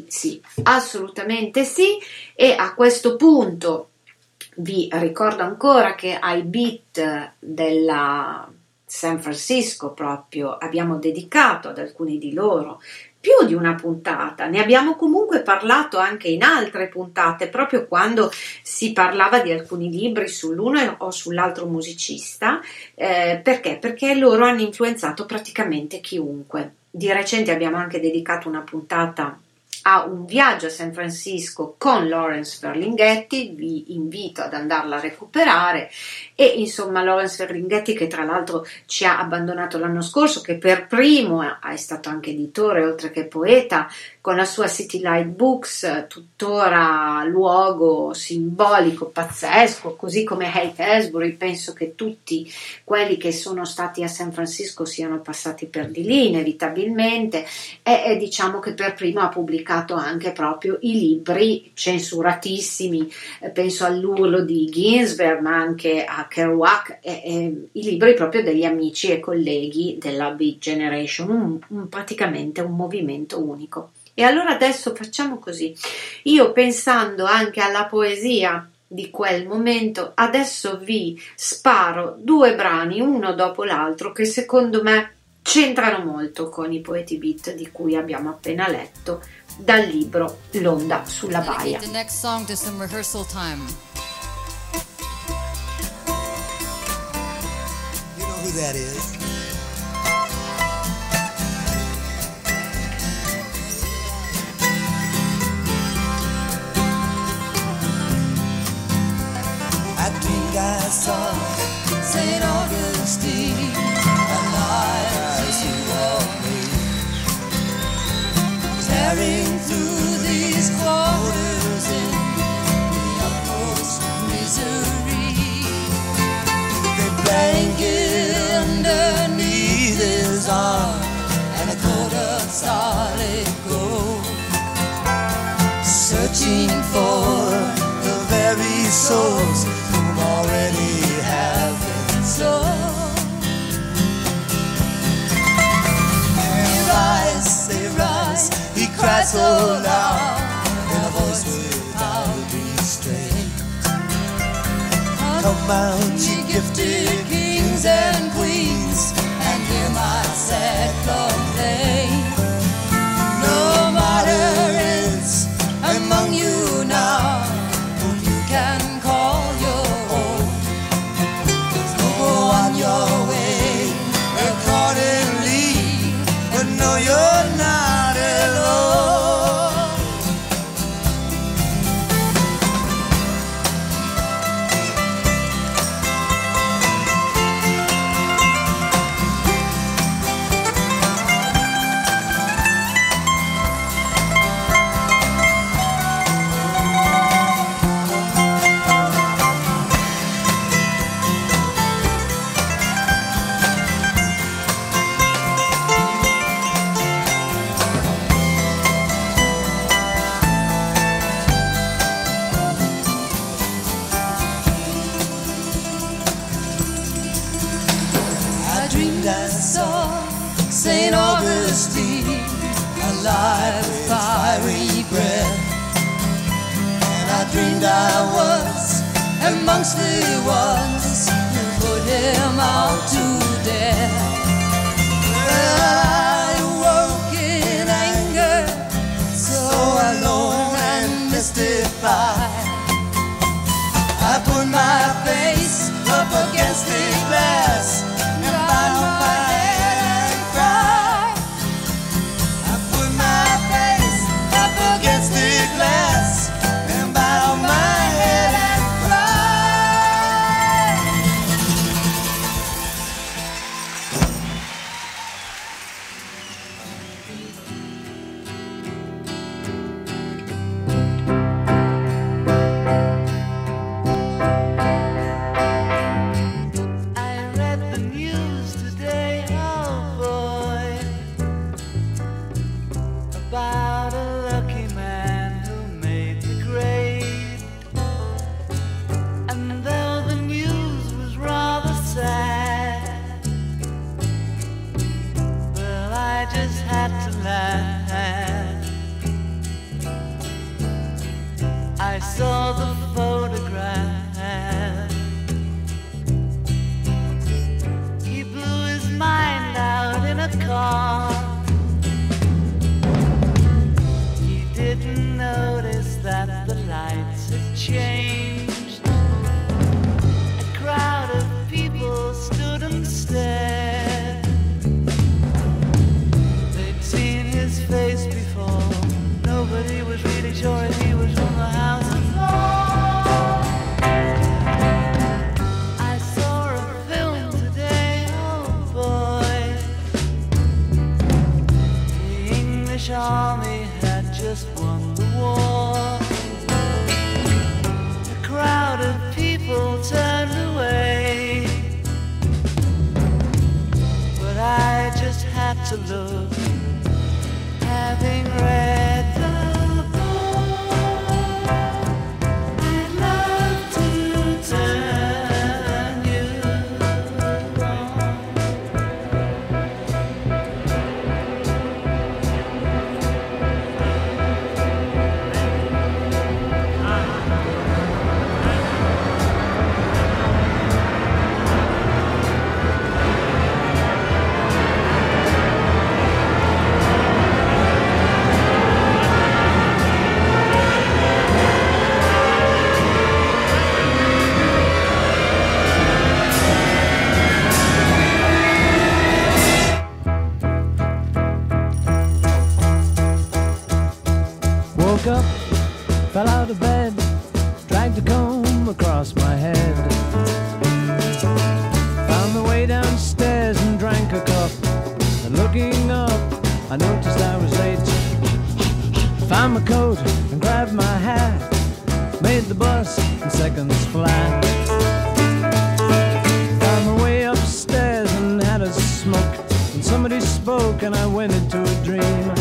assolutamente sì. E a questo punto vi ricordo ancora che ai beat della San Francisco proprio abbiamo dedicato ad alcuni di loro più di una puntata, ne abbiamo comunque parlato anche in altre puntate, proprio quando si parlava di alcuni libri sull'uno o sull'altro musicista. Perché? Perché loro hanno influenzato praticamente chiunque. Di recente abbiamo anche dedicato una puntata a un viaggio a San Francisco con Lawrence Ferlinghetti, vi invito ad andarla a recuperare. E insomma Lawrence Ferlinghetti, che tra l'altro ci ha abbandonato l'anno scorso, che per primo è stato anche editore oltre che poeta, con la sua City Light Books, tuttora luogo simbolico pazzesco, così come Haight-Ashbury. Penso che tutti quelli che sono stati a San Francisco siano passati per di lì inevitabilmente, e diciamo che per primo ha pubblicato anche proprio i libri censuratissimi, penso all'Urlo di Ginsberg, ma anche a Kerouac, i libri proprio degli amici e colleghi della Beat Generation, praticamente un movimento unico. E allora adesso facciamo così, io pensando anche alla poesia di quel momento, adesso vi sparo due brani uno dopo l'altro che secondo me c'entrano molto con i poeti beat di cui abbiamo appena letto dal libro L'onda sulla baia. The next song to some rehearsal time. You know who that is? I think I saw St. Augustine weary souls whom already have been sold. They rise, he cried so loud in a voice without restraint. Come out, ye gifted kings and queens, and hear my sad complaint. No moderns among you now, whom you can call your own. So go on your way accordingly, but know you're not alone. St. Augustine, alive with fiery breath. And I dreamed I was amongst the ones who put him out to death. Well, I awoke in anger, so alone and mystified. I put my face up against the glass and bowed my head. Against the glass and bow my head and I read the news today, oh boy, about a lucky man who made the grade. And though the news was rather sad, well, I just had to laugh. I saw the photograph. He blew his mind out in a car. Didn't notice that the lights had changed. A crowd of people stood and stared. They'd seen his face before. Nobody was really sure if he was from the House of Lords. I saw a film today, oh boy. The English army just won the war. A crowd of people turned away, but I just had to look, having read the book. I'd love to turn you on. Woke up, fell out of bed, dragged a comb across my head. Found the way downstairs and drank a cup. And looking up, I noticed I was late. Found my coat and grabbed my hat. Made the bus in seconds flat. Found my way upstairs and had a smoke. And somebody spoke and I went into a dream.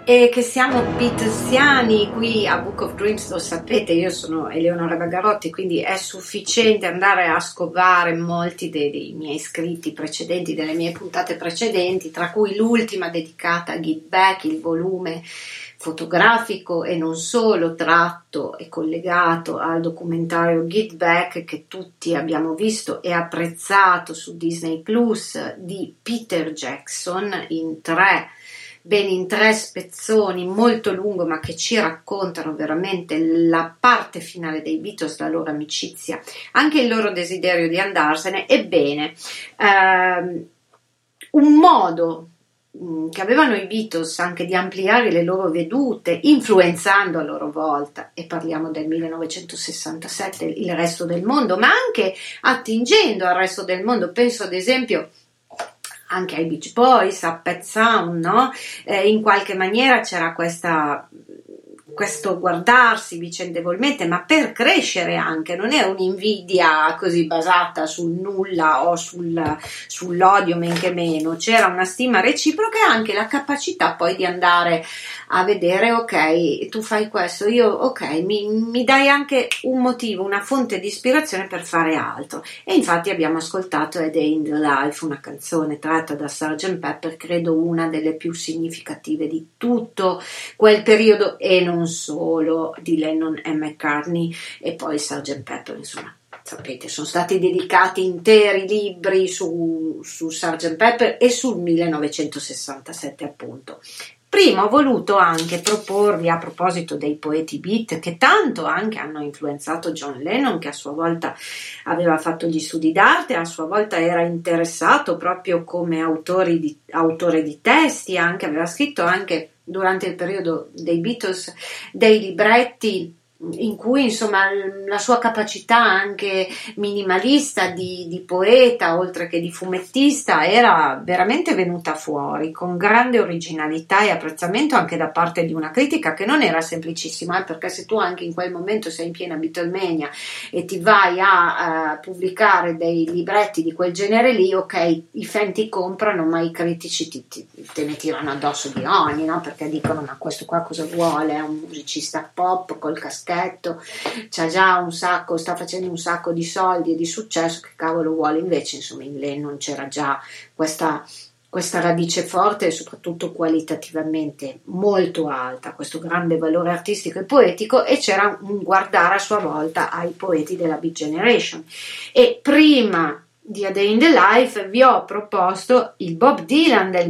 E che siamo Beatlesiani qui a Book of Dreams, lo sapete, io sono Eleonora Bagarotti, quindi è sufficiente andare a scovare molti dei miei scritti precedenti, delle mie puntate precedenti, tra cui l'ultima dedicata a Give Back, il volume fotografico e non solo tratto e collegato al documentario Give Back che tutti abbiamo visto e apprezzato su Disney Plus di Peter Jackson ben in tre spezzoni, molto lungo, ma che ci raccontano veramente la parte finale dei Beatles, la loro amicizia, anche il loro desiderio di andarsene. Ebbene, un modo che avevano i Beatles anche di ampliare le loro vedute, influenzando a loro volta, e parliamo del 1967, il resto del mondo, ma anche attingendo al resto del mondo. Penso ad esempio anche ai Beach Boys, a Pet Sound, no? In qualche maniera c'era questo guardarsi vicendevolmente, ma per crescere anche, non è un'invidia così basata sul nulla o sull'odio, men che meno, c'era una stima reciproca e anche la capacità poi di andare a vedere, ok, tu fai questo, io ok, mi dai anche un motivo, una fonte di ispirazione per fare altro. E infatti abbiamo ascoltato A Day in the Life, una canzone tratta da Sgt. Pepper, credo una delle più significative di tutto quel periodo, e non solo, di Lennon e McCartney. E poi Sgt. Pepper, insomma, sapete, sono stati dedicati interi libri su Sgt. Pepper e sul 1967 appunto. Prima ho voluto anche proporvi, a proposito dei poeti beat, che tanto anche hanno influenzato John Lennon, che a sua volta aveva fatto gli studi d'arte, a sua volta era interessato proprio come autore di testi, anche aveva scritto anche durante il periodo dei Beatles dei libretti in cui insomma la sua capacità anche minimalista di poeta oltre che di fumettista era veramente venuta fuori con grande originalità e apprezzamento anche da parte di una critica che non era semplicissima, perché se tu anche in quel momento sei in piena Beatlemania e ti vai a pubblicare dei libretti di quel genere lì, ok, i fan ti comprano, ma i critici te ne tirano addosso di ogni, no? Perché dicono ma questo qua cosa vuole, è un musicista pop col caschetto, c'ha già un sacco, sta facendo un sacco di soldi e di successo, che cavolo vuole? Invece insomma in Lennon c'era già questa radice forte e soprattutto qualitativamente molto alta, questo grande valore artistico e poetico, e c'era un guardare a sua volta ai poeti della Beat Generation. E prima di A Day in the Life vi ho proposto il Bob Dylan del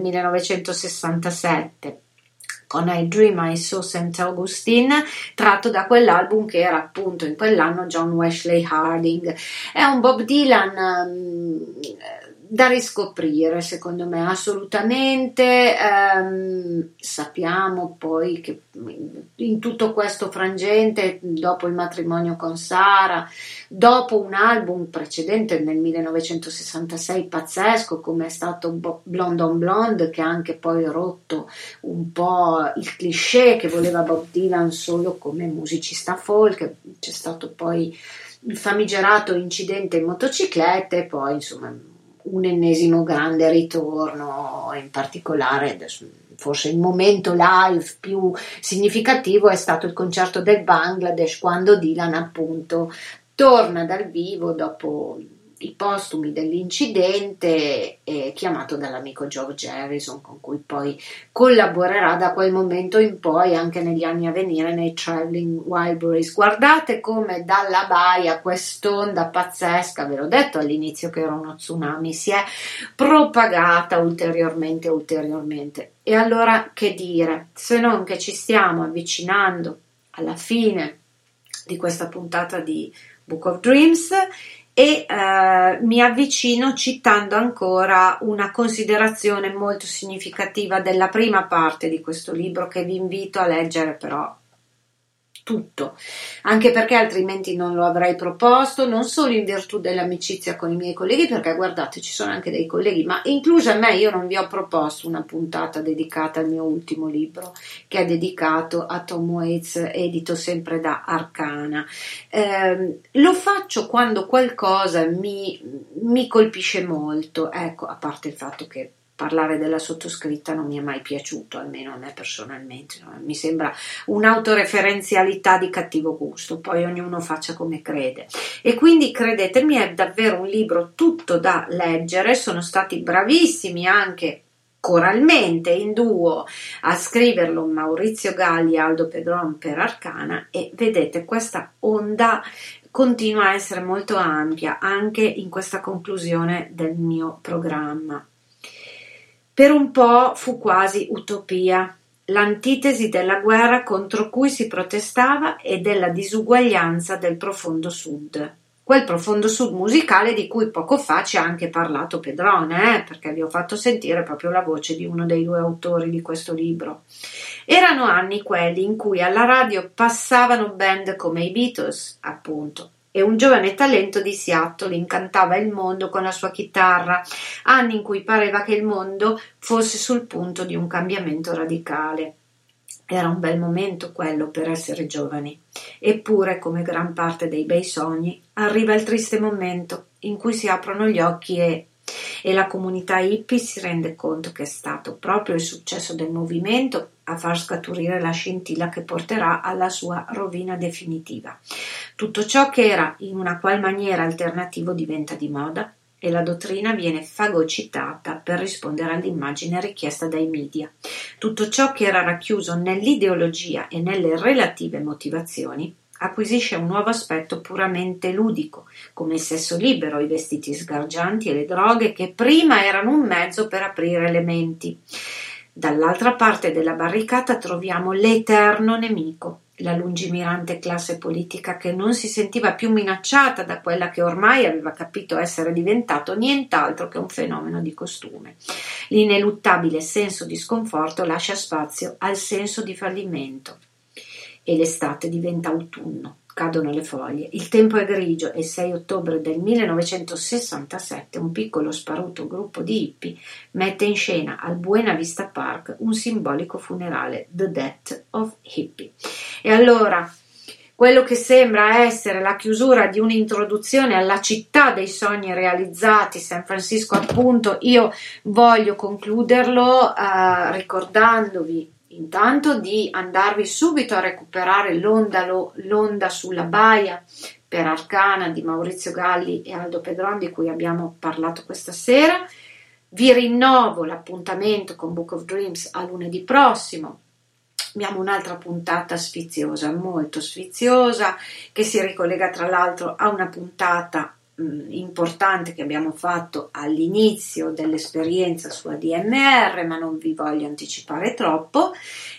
1967 con I Dream I Saw St. Augustine, tratto da quell'album che era appunto in quell'anno John Wesley Harding. È un Bob Dylan da riscoprire, secondo me, assolutamente. Sappiamo poi che in tutto questo frangente, dopo il matrimonio con Sara, dopo un album precedente nel 1966 pazzesco come è stato Blonde on Blonde, che ha anche poi rotto un po' il cliché che voleva Bob Dylan solo come musicista folk, c'è stato poi il famigerato incidente in motocicletta e poi insomma un ennesimo grande ritorno, in particolare forse il momento live più significativo è stato il concerto del Bangladesh, quando Dylan appunto torna dal vivo dopo i postumi dell'incidente, chiamato dall'amico George Harrison, con cui poi collaborerà da quel momento in poi anche negli anni a venire nei Traveling Wilburys. Guardate come dalla baia quest'onda pazzesca, ve l'ho detto all'inizio che era uno tsunami, si è propagata ulteriormente. E allora che dire, se non che ci stiamo avvicinando alla fine di questa puntata di Book of Dreams, e mi avvicino citando ancora una considerazione molto significativa della prima parte di questo libro, che vi invito a leggere però tutto, anche perché altrimenti non lo avrei proposto, non solo in virtù dell'amicizia con i miei colleghi, perché guardate ci sono anche dei colleghi, ma inclusa me, io non vi ho proposto una puntata dedicata al mio ultimo libro, che è dedicato a Tom Waits, edito sempre da Arcana. Lo faccio quando qualcosa mi colpisce molto, ecco, a parte il fatto che parlare della sottoscritta non mi è mai piaciuto, almeno a me personalmente, no? Mi sembra un'autoreferenzialità di cattivo gusto, poi ognuno faccia come crede. E quindi credetemi, è davvero un libro tutto da leggere, sono stati bravissimi anche coralmente in duo a scriverlo Maurizio Galli e Aldo Pedron per Arcana, e vedete, questa onda continua a essere molto ampia anche in questa conclusione del mio programma. Per un po' fu quasi utopia, l'antitesi della guerra contro cui si protestava e della disuguaglianza del profondo sud. Quel profondo sud musicale di cui poco fa ci ha anche parlato Pedrone, perché vi ho fatto sentire proprio la voce di uno dei due autori di questo libro. Erano anni quelli in cui alla radio passavano band come i Beatles, appunto, e un giovane talento di Seattle incantava il mondo con la sua chitarra, anni in cui pareva che il mondo fosse sul punto di un cambiamento radicale. Era un bel momento quello per essere giovani. Eppure, come gran parte dei bei sogni, arriva il triste momento in cui si aprono gli occhi e la comunità hippie si rende conto che è stato proprio il successo del movimento a far scaturire la scintilla che porterà alla sua rovina definitiva. Tutto ciò che era in una qual maniera alternativo diventa di moda e la dottrina viene fagocitata per rispondere all'immagine richiesta dai media. Tutto ciò che era racchiuso nell'ideologia e nelle relative motivazioni acquisisce un nuovo aspetto puramente ludico, come il sesso libero, i vestiti sgargianti e le droghe che prima erano un mezzo per aprire le menti. Dall'altra parte della barricata troviamo l'eterno nemico, la lungimirante classe politica che non si sentiva più minacciata da quella che ormai aveva capito essere diventato nient'altro che un fenomeno di costume. L'ineluttabile senso di sconforto lascia spazio al senso di fallimento e l'estate diventa autunno. Cadono le foglie, il tempo è grigio e il 6 ottobre del 1967 un piccolo sparuto gruppo di hippie mette in scena al Buena Vista Park un simbolico funerale, The Death of Hippie. E allora, quello che sembra essere la chiusura di un'introduzione alla città dei sogni realizzati, San Francisco appunto, io voglio concluderlo ricordandovi intanto di andarvi subito a recuperare l'onda sulla baia per Arcana di Maurizio Galli e Aldo Pedron, di cui abbiamo parlato questa sera. Vi rinnovo l'appuntamento con Book of Dreams a lunedì prossimo. Abbiamo un'altra puntata sfiziosa, molto sfiziosa, che si ricollega tra l'altro a una puntata importante che abbiamo fatto all'inizio dell'esperienza su ADMR, ma non vi voglio anticipare troppo.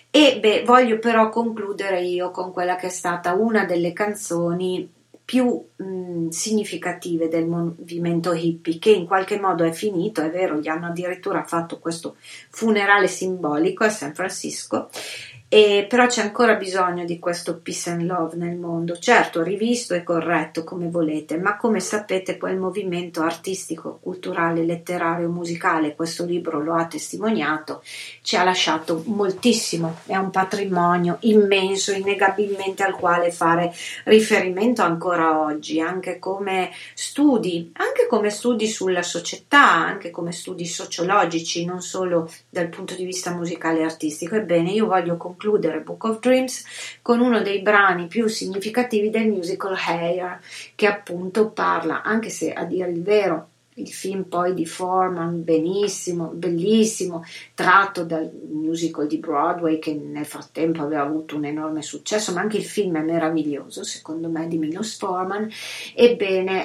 E voglio però concludere io con quella che è stata una delle canzoni più significative del movimento hippie, che in qualche modo è finito, è vero, gli hanno addirittura fatto questo funerale simbolico a San Francisco. Però c'è ancora bisogno di questo peace and love nel mondo, certo rivisto e corretto come volete, ma come sapete quel movimento artistico, culturale, letterario, musicale, questo libro lo ha testimoniato, ci ha lasciato moltissimo, è un patrimonio immenso, innegabilmente al quale fare riferimento ancora oggi, anche come studi sulla società, anche come studi sociologici, non solo dal punto di vista musicale e artistico. Ebbene, io voglio concludere Book of Dreams con uno dei brani più significativi del musical Hair, che appunto parla, anche se a dire il vero il film poi di Foreman, benissimo, bellissimo, tratto dal musical di Broadway che nel frattempo aveva avuto un enorme successo, ma anche il film è meraviglioso secondo me di Milos Forman. Ebbene,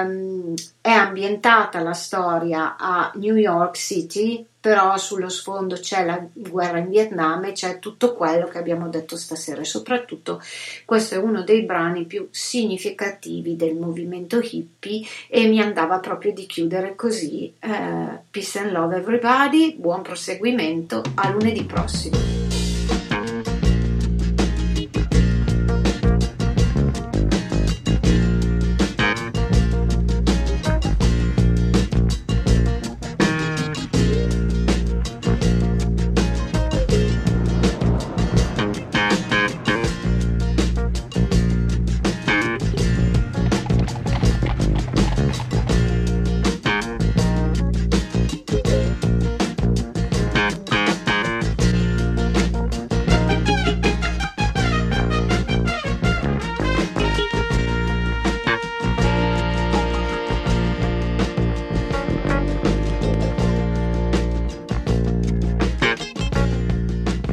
è ambientata la storia a New York City, però sullo sfondo c'è la guerra in Vietnam e c'è tutto quello che abbiamo detto stasera, e soprattutto questo è uno dei brani più significativi del movimento hippie e mi andava proprio di chiudere così. Peace and love everybody, buon proseguimento, a lunedì prossimo.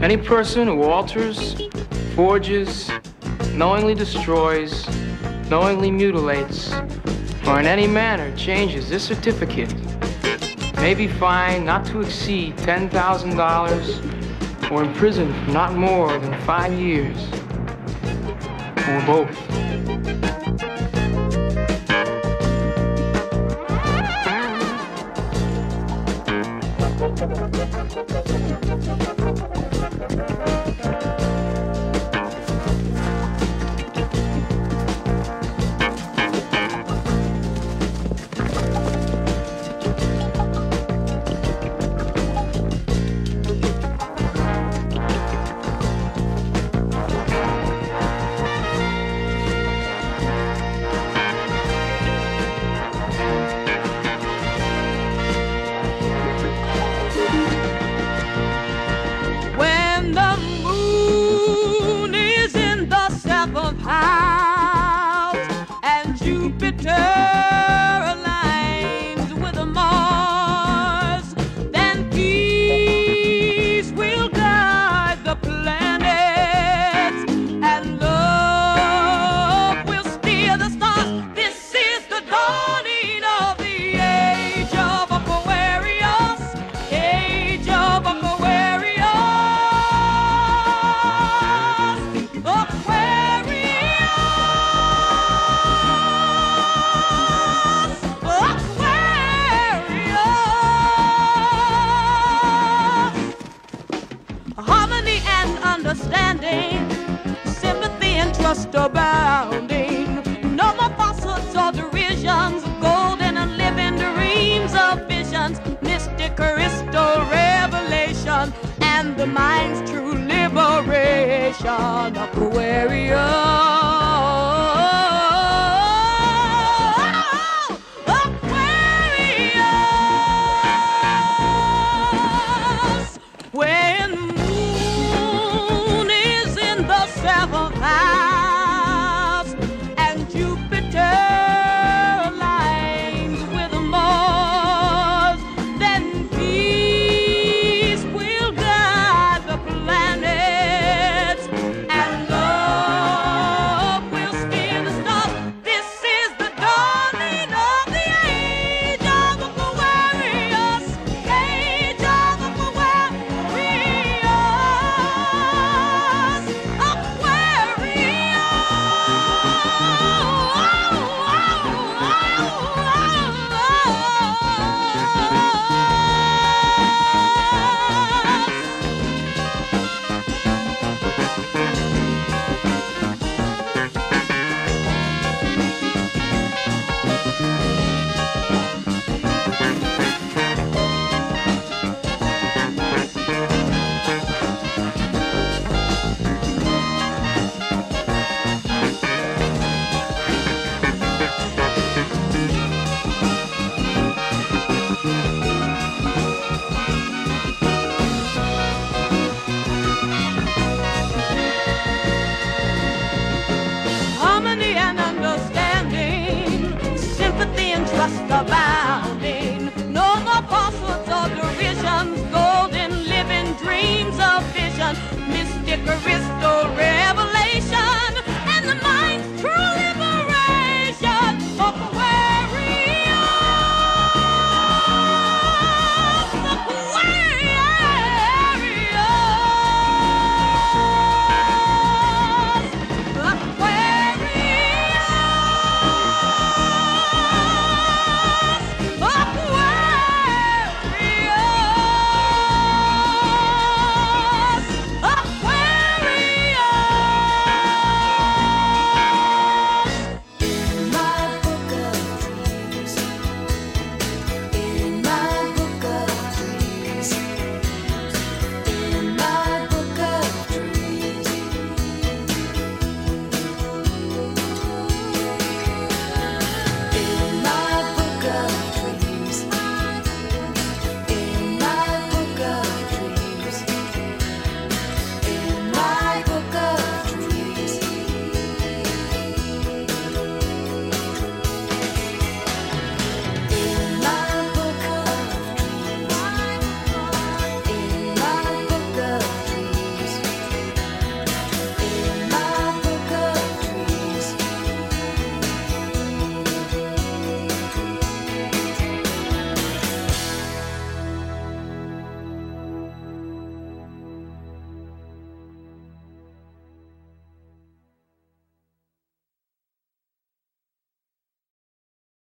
Any person who alters, forges, knowingly destroys, knowingly mutilates, or in any manner changes this certificate may be fined not to exceed $10,000 or imprisoned for not more than 5 years, or both. Abounding. No more falsehoods or derisions, golden and living dreams of visions, mystic crystal revelation, and the mind's true liberation. Aquarius.